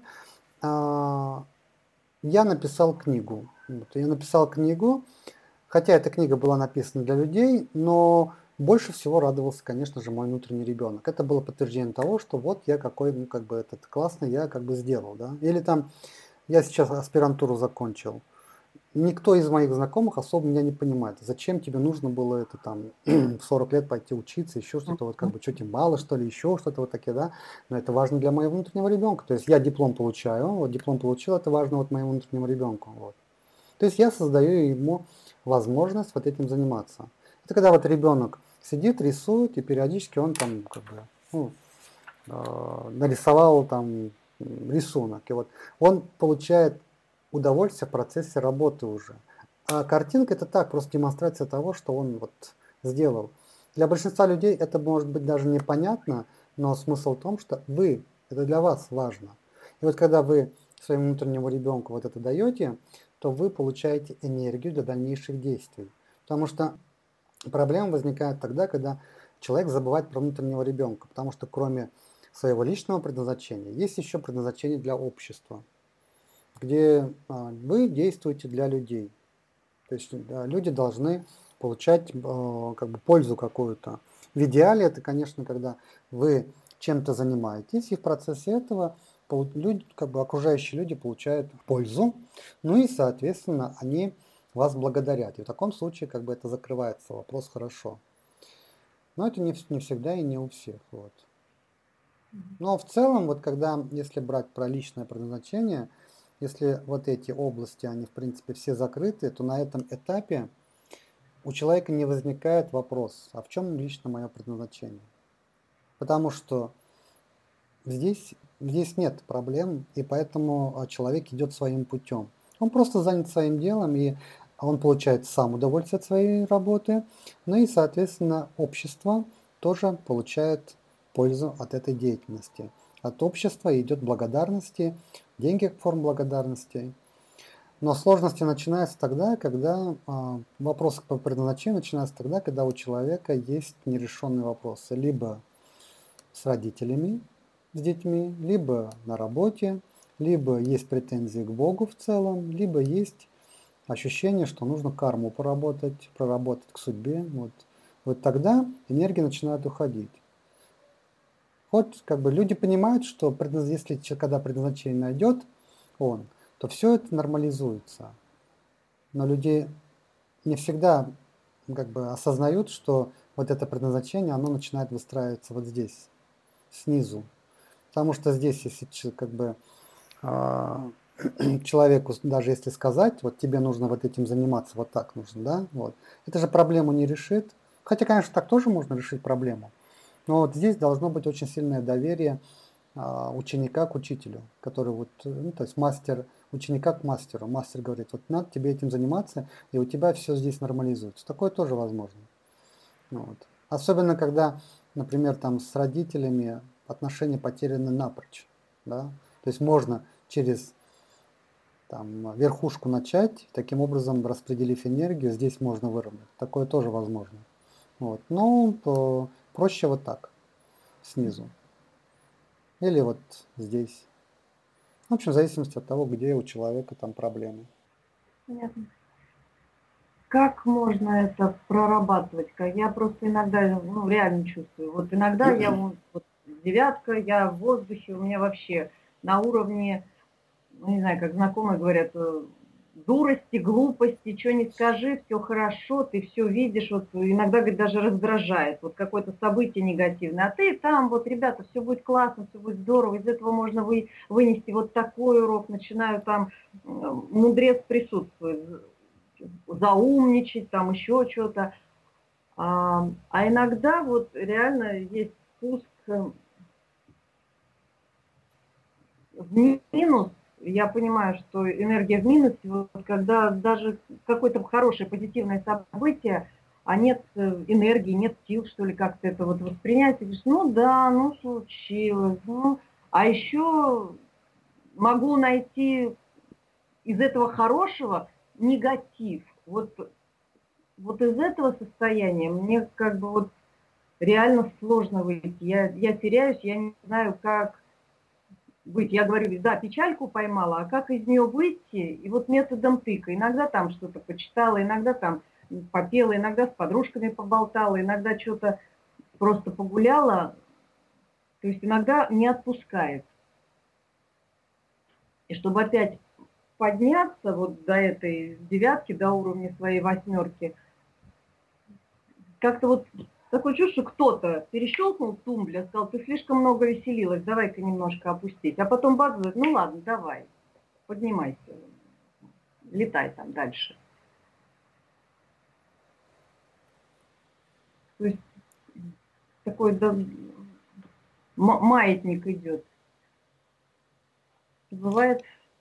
Speaker 1: я написал книгу. Я написал книгу, хотя эта книга была написана для людей, но больше всего радовался, конечно же, мой внутренний ребенок. Это было подтверждение того, что вот я какой, ну, как бы этот классный, я как бы сделал, да. Или там, я сейчас аспирантуру закончил. Никто из моих знакомых особо меня не понимает. Зачем тебе нужно было это там в 40 лет пойти учиться, еще что-то, вот как бы, что тебе мало, что ли, еще что-то вот такие, да. Но это важно для моего внутреннего ребенка. То есть я диплом получаю, вот диплом получил, это важно вот моему внутреннему ребенку. Вот. То есть я создаю ему возможность вот этим заниматься. Это когда вот ребенок сидит, рисует, и периодически он там как бы, ну, нарисовал там рисунок. И вот он получает удовольствие в процессе работы уже. А картинка это так, просто демонстрация того, что он вот сделал. Для большинства людей это может быть даже непонятно, но смысл в том, что это для вас важно. И вот когда вы своему внутреннему ребенку вот это даете, то вы получаете энергию для дальнейших действий. Потому что проблема возникает тогда, когда человек забывает про внутреннего ребенка, потому что кроме своего личного предназначения есть еще предназначение для общества, где вы действуете для людей. То есть люди должны получать как бы пользу какую-то. В идеале это, конечно, когда вы чем-то занимаетесь, и в процессе этого люди, как бы окружающие люди получают пользу, ну и, соответственно, они вас благодарят. И в таком случае как бы это закрывается вопрос хорошо. Но это не всегда и не у всех. Вот. Но в целом, вот когда, если брать про личное предназначение, если вот эти области, они в принципе все закрыты, то на этом этапе у человека не возникает вопрос, а в чем лично мое предназначение? Потому что здесь нет проблем, и поэтому человек идет своим путем. Он просто занят своим делом, и он получает сам удовольствие от своей работы, ну и, соответственно, общество тоже получает пользу от этой деятельности. От общества идет благодарности, деньги в форме благодарности. Но сложности начинаются тогда, когда вопросы по предназначению начинаются тогда, когда у человека есть нерешенные вопросы. Либо с родителями, с детьми, либо на работе, либо есть претензии к Богу в целом, либо есть ощущение, что нужно карму проработать к судьбе. Вот тогда энергия начинает уходить. Вот как бы люди понимают, что если когда предназначение найдет он, то все это нормализуется. Но люди не всегда как бы осознают, что вот это предназначение, оно начинает выстраиваться вот здесь, снизу. Потому что здесь, если как бы человеку, даже если сказать, вот тебе нужно вот этим заниматься, вот так нужно, да, вот, это же проблему не решит. Хотя, конечно, так тоже можно решить проблему. Но вот здесь должно быть очень сильное доверие ученика к учителю, который вот, ну, то есть ученика к мастеру. Мастер говорит, вот надо тебе этим заниматься, и у тебя все здесь нормализуется. Такое тоже возможно. Вот. Особенно, когда, например, там с родителями отношения потеряны напрочь. Да? То есть можно через там, верхушку начать, таким образом, распределив энергию, здесь можно выровнять. Такое тоже возможно. Вот. Но проще вот так, снизу. Или вот здесь. В общем, в зависимости от того, где у человека там проблемы.
Speaker 2: Понятно. Как можно это прорабатывать? Я просто иногда, ну, реально чувствую. Вот иногда я вот девятка, я в воздухе, у меня вообще на уровне, ну, не знаю, как знакомые говорят, дурости, глупости, что не скажи, все хорошо, ты все видишь, вот иногда, говорит, даже раздражает, вот какое-то событие негативное, а ты там, вот, ребята, все будет классно, все будет здорово, из этого можно вынести вот такой урок, начинаю там, мудрец присутствует, заумничать, там еще что-то. А иногда вот реально есть спуск в минус. Я понимаю, что энергия в минусе, вот когда даже какое-то хорошее позитивное событие, а нет энергии, нет сил, что ли, как-то это вот воспринять. И говоришь, ну да, ну случилось. Ну. А еще могу найти из этого хорошего негатив. Вот из этого состояния мне как бы вот реально сложно выйти. Я теряюсь, я не знаю, как быть. Я говорю, да, печальку поймала, а как из нее выйти? И вот методом тыка. Иногда там что-то почитала, иногда там попела, иногда с подружками поболтала, иногда что-то просто погуляла. То есть иногда не отпускает. И чтобы опять подняться вот до этой девятки, до уровня своей восьмерки, как-то вот такое чувство, что кто-то перещелкнул тумблер, сказал, ты слишком много веселилась, давай-ка немножко опустить. А потом бац, говорит, ну ладно, давай, поднимайся, летай там дальше. То есть такой да, маятник идет. Бывает,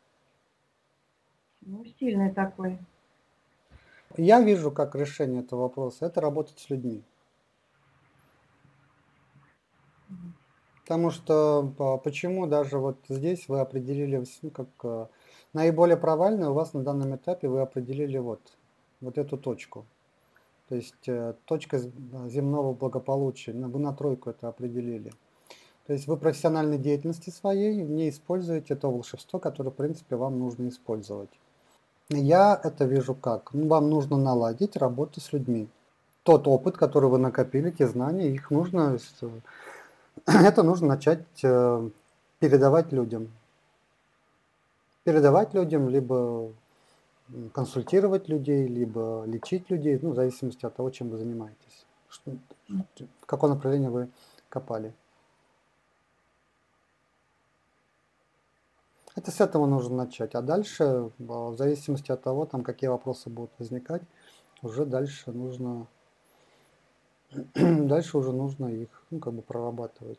Speaker 2: ну, сильный такой.
Speaker 1: Я вижу, как решение этого вопроса, это работать с людьми. Потому что почему даже вот здесь вы определили, наиболее правильно у вас на данном этапе вы определили вот эту точку. То есть точка земного благополучия, вы на тройку это определили. То есть вы в профессиональной деятельности своей не используете то волшебство, которое, в принципе, вам нужно использовать. Я это вижу как? Вам нужно наладить работу с людьми. Тот опыт, который вы накопили, те знания, их нужно, это нужно начать передавать людям. Передавать людям, либо консультировать людей, либо лечить людей, в зависимости от того, чем вы занимаетесь. В какое направление вы копали. Это с этого нужно начать. А дальше, в зависимости от того, какие вопросы будут возникать, уже дальше нужно дальше уже нужно их прорабатывать.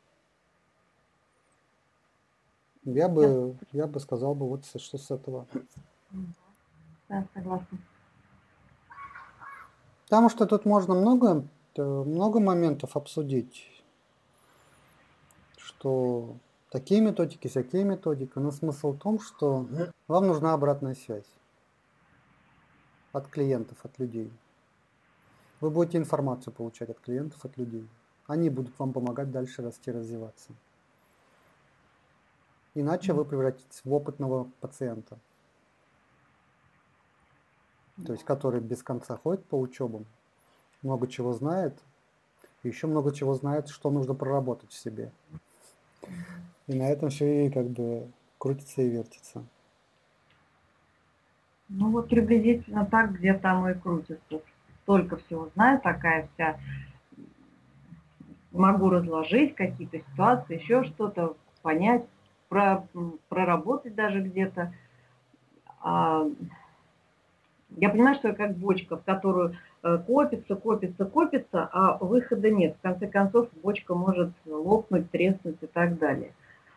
Speaker 1: Я бы сказал что с этого.
Speaker 2: Да, согласна.
Speaker 1: Потому что тут можно много моментов обсудить, что такие методики, всякие методики, но смысл в том, что вам нужна обратная связь от клиентов, от людей. Вы будете информацию получать от клиентов, от людей. Они будут вам помогать дальше расти, развиваться. Иначе вы превратитесь в опытного пациента, то есть который без конца ходит по учебам, много чего знает, и еще много чего знает, что нужно проработать в себе. И на этом все и крутится и вертится.
Speaker 2: Ну вот приблизительно так где-то оно и крутится. Столько всего знаю, такая вся, могу разложить какие-то ситуации, еще что-то понять, проработать даже где-то. Я понимаю, что я как бочка, в которую копится, копится, копится, а выхода нет. В конце концов, бочка может лопнуть, треснуть и так далее.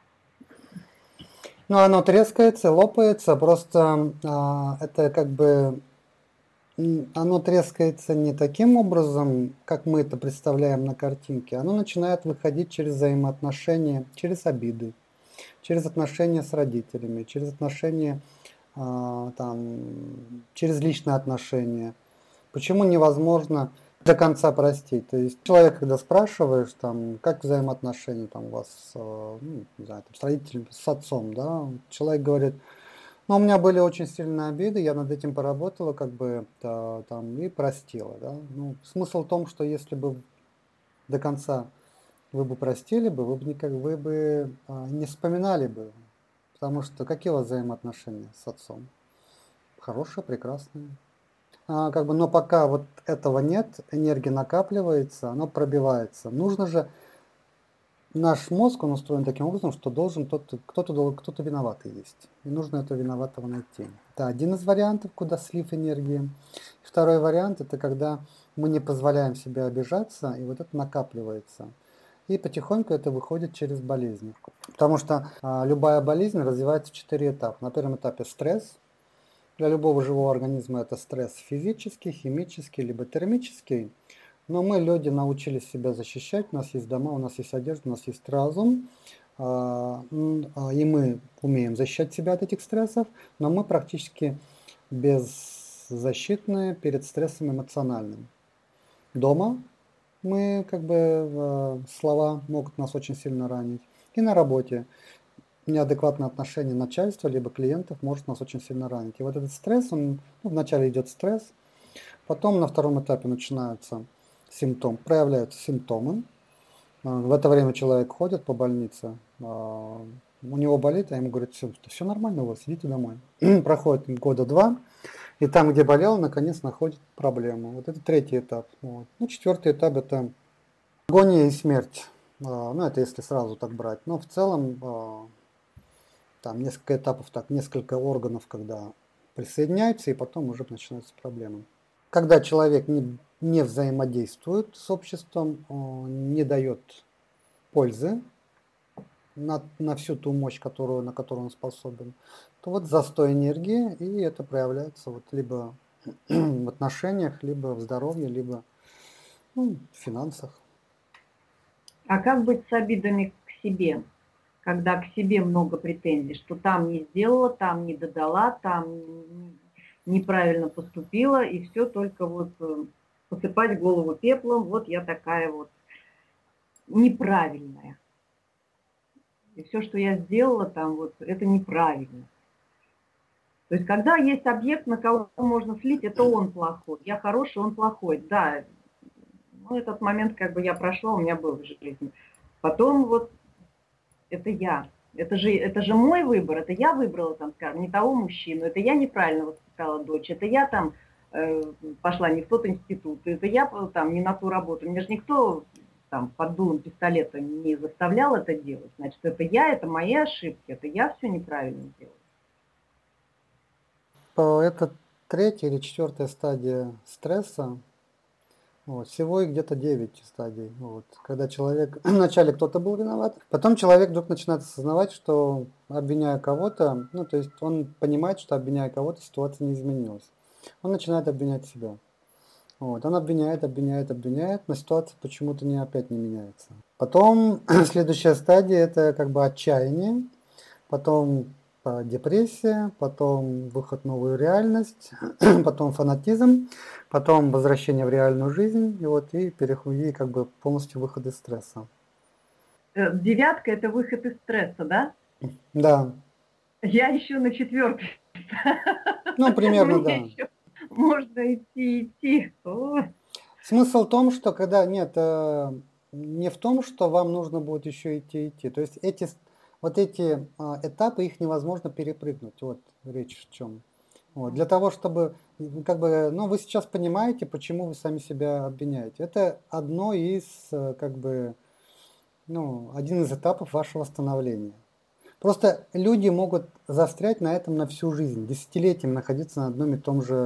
Speaker 1: Ну, оно трескается, лопается, просто это оно трескается не таким образом, как мы это представляем на картинке. Оно начинает выходить через взаимоотношения, через обиды, через отношения с родителями, через отношения, через личные отношения. Почему невозможно до конца простить? То есть человек, когда спрашиваешь, как взаимоотношения у вас, не знаю, с родителями, с отцом, да, человек говорит, у меня были очень сильные обиды, я над этим поработала, и простила, да. Смысл в том, что если бы до конца вы бы простили бы, вы бы не вспоминали бы, потому что какие у вас взаимоотношения с отцом? Хорошие, прекрасные. Но пока вот этого нет, энергия накапливается, она пробивается. Нужно же, наш мозг, он устроен таким образом, что кто-то виноватый есть. И нужно этого виноватого найти. Это один из вариантов, куда слив энергии. Второй вариант, это когда мы не позволяем себе обижаться, и вот это накапливается. И потихоньку это выходит через болезнь. Потому что любая болезнь развивается в 4 этапа. На первом этапе стресс. Для любого живого организма это стресс физический, химический, либо термический. Но мы, люди, научились себя защищать. У нас есть дома, у нас есть одежда, у нас есть разум. И мы умеем защищать себя от этих стрессов, но мы практически беззащитны перед стрессом эмоциональным. Дома мы слова могут нас очень сильно ранить. И на работе неадекватное отношение начальства либо клиентов может нас очень сильно ранить. И вот этот стресс, вначале идет стресс, потом на втором этапе проявляются симптомы. В это время человек ходит по больнице, у него болит, а ему говорят, все нормально у вас, идите домой. Проходит года 2, и там, где болел, наконец находит проблему. Вот это третий этап. Четвертый этап – это агония и смерть. Это если сразу так брать. Но в целом несколько этапов, несколько органов, когда присоединяются, и потом уже начинаются проблемы. Когда человек не взаимодействует с обществом, не дает пользы на всю ту мощь, на которую он способен, то застой энергии, и это проявляется либо в отношениях, либо в здоровье, либо в финансах.
Speaker 2: А как быть с обидами к себе? Когда к себе много претензий, что там не сделала, там не додала, там неправильно поступила, и все только вот посыпать голову пеплом, вот я такая вот неправильная. И все, что я сделала там, вот это неправильно. То есть когда есть объект, на кого можно слить, это он плохой. Я хороший, он плохой. Да, ну, этот момент как бы я прошла, у меня был в жизни. Потом вот это я. Это же мой выбор, это я выбрала, там, скажем, не того мужчину, это я неправильно воспитала дочь, это я там пошла не в тот институт, это я там не на ту работу. Мне же никто там под дулом пистолета не заставлял это делать. Значит, это я, это мои ошибки, это я все неправильно делаю.
Speaker 1: Это третья или четвертая стадия стресса. Вот. Всего их где-то 9 стадий. Вот. Когда человек, вначале кто-то был виноват, потом человек вдруг начинает осознавать, что обвиняя кого-то, ну то есть он понимает, что обвиняя кого-то, ситуация не изменилась. Он начинает обвинять себя. Вот. Он обвиняет, но ситуация почему-то опять не меняется. Потом следующая стадия это как бы отчаяние, потом депрессия, потом выход в новую реальность, потом фанатизм, потом возвращение в реальную жизнь, и вот и переход, и как бы полностью выход из стресса.
Speaker 2: Девятка – это выход из стресса, да?
Speaker 1: Да.
Speaker 2: Я еще на 4.
Speaker 1: Ну, примерно,
Speaker 2: Мне
Speaker 1: да.
Speaker 2: еще можно идти.
Speaker 1: Смысл в том, что когда нет, не в том, что вам нужно будет еще идти. То есть эти этапы, их невозможно перепрыгнуть. Вот речь в чем. Вот. Для того, чтобы, как бы, ну, вы сейчас понимаете, почему вы сами себя обвиняете. Это одно из, как бы, ну, один из этапов вашего становления. Просто люди могут застрять на этом на всю жизнь, десятилетиями находиться на одном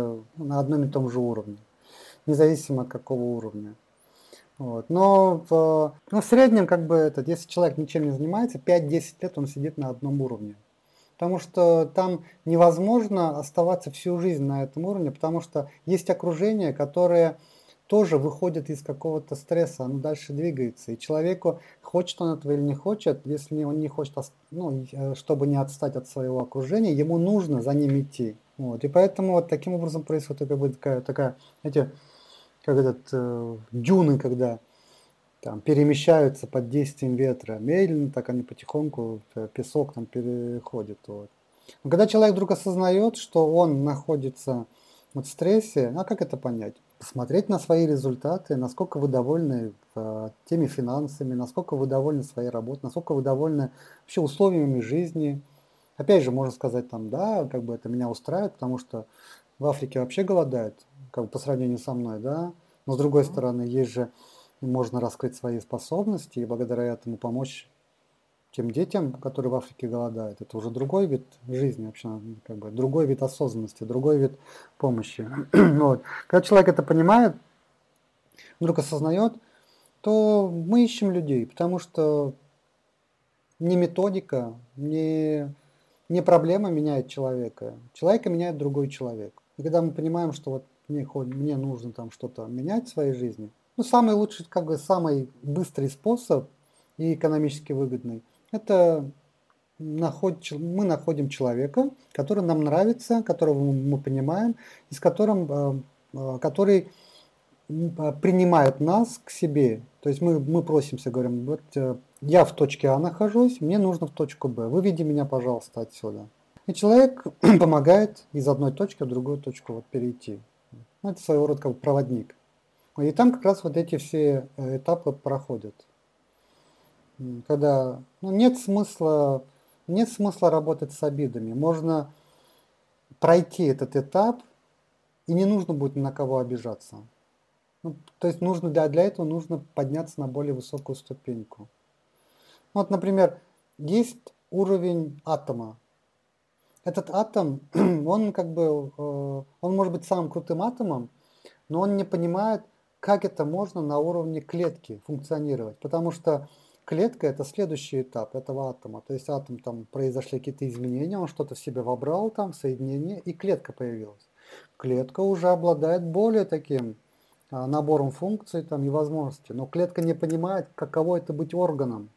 Speaker 1: и том же уровне, независимо от какого уровня. Вот. Но в среднем, как бы, если человек ничем не занимается, 5-10 лет он сидит на одном уровне. Потому что там невозможно оставаться всю жизнь на этом уровне, потому что есть окружение, которое тоже выходит из какого-то стресса, оно дальше двигается. И человеку, хочет он этого или не хочет, если он не хочет, чтобы не отстать от своего окружения, ему нужно за ним идти. Вот. И поэтому вот таким образом происходит как бы такая, знаете, как дюны, когда там перемещаются под действием ветра. Медленно, так они потихоньку, песок там переходит. Вот. Но когда человек вдруг осознает, что он находится в стрессе, а как это понять? Посмотреть на свои результаты, насколько вы довольны теми финансами, насколько вы довольны своей работой, насколько вы довольны вообще условиями жизни. Опять же, можно сказать, там, да, как бы это меня устраивает, потому что в Африке вообще голодают, как бы по сравнению со мной, да. Но с другой стороны, есть же, можно раскрыть свои способности и благодаря этому помочь тем детям, которые в Африке голодают. Это уже другой вид жизни, вообще, как бы другой вид осознанности, другой вид помощи. Вот. Когда человек это понимает, вдруг осознает, то мы ищем людей, потому что не методика, не проблема меняет человека. Человека меняет другой человек. И когда мы понимаем, что вот мне нужно там что-то менять в своей жизни, ну, самый лучший, как бы самый быстрый способ и экономически выгодный, это мы находим человека, который нам нравится, которого мы понимаем, и с которым, который принимает нас к себе. То есть мы просимся, говорим, вот я в точке А нахожусь, мне нужно в точку Б, выведи меня, пожалуйста, отсюда. И человек помогает из одной точки в другую точку вот перейти. Ну, это своего рода как бы проводник. И там как раз вот эти все этапы проходят. Когда нет смысла работать с обидами. Можно пройти этот этап, и не нужно будет ни на кого обижаться. Ну, то есть для этого нужно подняться на более высокую ступеньку. Вот, например, есть уровень атома. Этот атом, он как бы, он может быть самым крутым атомом, но он не понимает, как это можно на уровне клетки функционировать. Потому что клетка – это следующий этап этого атома. То есть атом, там произошли какие-то изменения, он что-то в себе вобрал, там соединение, и клетка появилась. Клетка уже обладает более таким набором функций там, и возможностей. Но клетка не понимает, каково это быть органом.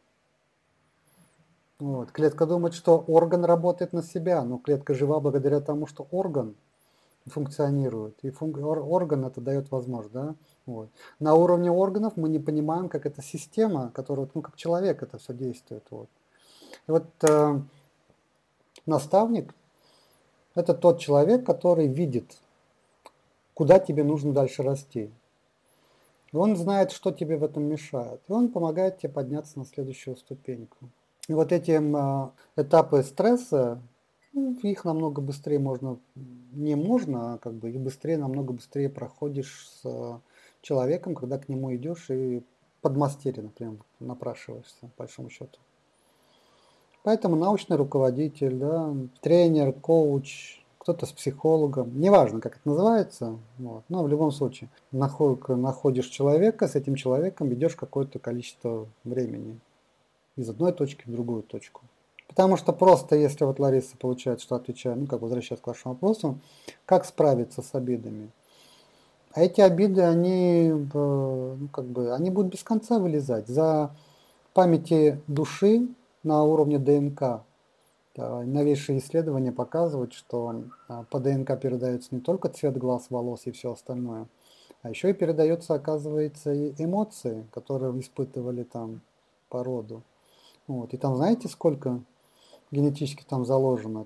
Speaker 1: Вот. Клетка думает, что орган работает на себя, но клетка жива благодаря тому, что орган функционирует. И орган это дает возможность. Да? Вот. На уровне органов мы не понимаем, как эта система, которая, ну, как человек это все действует. Вот. И вот наставник – это тот человек, который видит, куда тебе нужно дальше расти. И он знает, что тебе в этом мешает. И он помогает тебе подняться на следующую ступеньку. И вот эти этапы стресса, ну, их намного быстрее можно, не можно, а как бы их быстрее, намного быстрее проходишь с человеком, когда к нему идешь и подмастерье, например, напрашиваешься, по большому счету. Поэтому научный руководитель, да, тренер, коуч, кто-то с психологом, неважно, как это называется, вот, но в любом случае находишь человека, с этим человеком ведешь какое-то количество времени из одной точки в другую точку. Потому что просто, если вот Лариса получает, что отвечаю, ну, как возвращаясь к вашему вопросу, как справиться с обидами? А эти обиды, они, ну, как бы, они будут без конца вылезать. За памяти души на уровне ДНК новейшие исследования показывают, что по ДНК передается не только цвет глаз, волос и все остальное, а еще и передается, оказывается, и эмоции, которые испытывали там по роду. Вот. И там знаете, сколько генетически там заложено?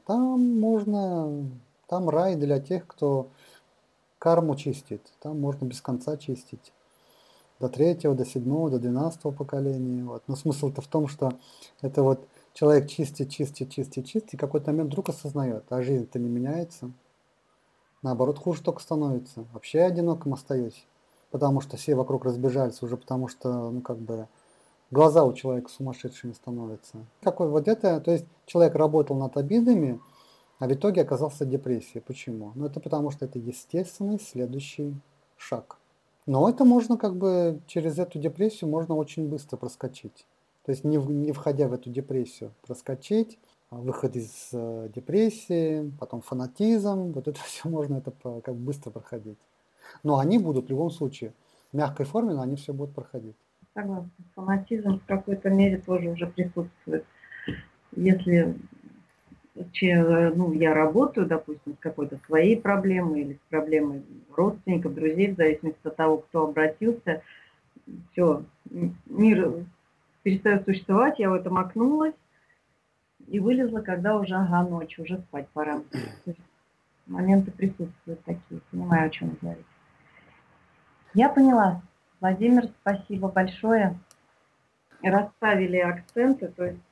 Speaker 1: Там рай для тех, кто карму чистит. Там можно без конца чистить. До 3-го, до 7-го, до 12-го поколения. Вот. Но смысл-то в том, что это вот человек чистит, и в какой-то момент вдруг осознает, а жизнь-то не меняется. Наоборот, хуже только становится. Вообще одиноким остаюсь. Потому что все вокруг разбежались уже, потому что, ну, как бы, глаза у человека сумасшедшими становятся. Какой вот это, то есть человек работал над обидами, а в итоге оказался в депрессии. Почему? Ну, это потому что это естественный следующий шаг. Но это можно как бы через эту депрессию можно очень быстро проскочить. То есть не входя в эту депрессию, проскочить, выход из депрессии, потом фанатизм, вот это все можно это как бы быстро проходить. Но они будут в любом случае в мягкой форме, но они все будут проходить.
Speaker 2: Согласна. Фанатизм в какой-то мере тоже уже присутствует. Если ну, я работаю, допустим, с какой-то своей проблемой или с проблемой родственников, друзей, в зависимости от того, кто обратился, все, мир перестает существовать, я в этом окнулась и вылезла, когда уже, ночь, уже спать пора. То есть моменты присутствуют такие, понимаю, о чем вы говорите. Я поняла. Владимир, спасибо большое. Расставили акценты, то есть...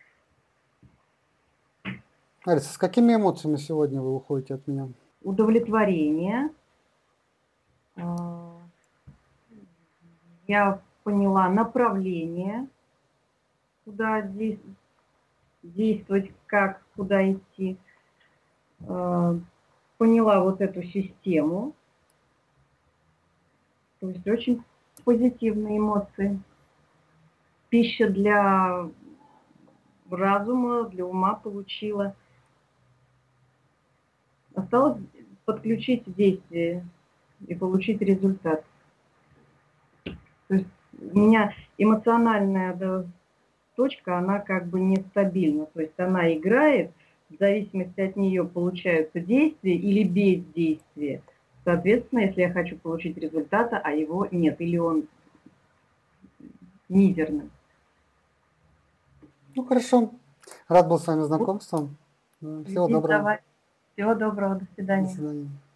Speaker 1: Алиса, с какими эмоциями сегодня вы уходите от меня?
Speaker 2: Удовлетворение. Я поняла направление, куда действовать, как, куда идти. Поняла вот эту систему. То есть очень позитивные эмоции. Пища для разума, для ума получила. Осталось подключить действие и получить результат. То есть у меня эмоциональная точка, она как бы нестабильна. То есть она играет, в зависимости от нее получаются действия или бездействие. Соответственно, если я хочу получить результата, а его нет, или он мизерный.
Speaker 1: Ну хорошо. Рад был с вами знакомством. Всего доброго.
Speaker 2: Всего доброго, до
Speaker 1: До
Speaker 2: свидания.
Speaker 1: свидания.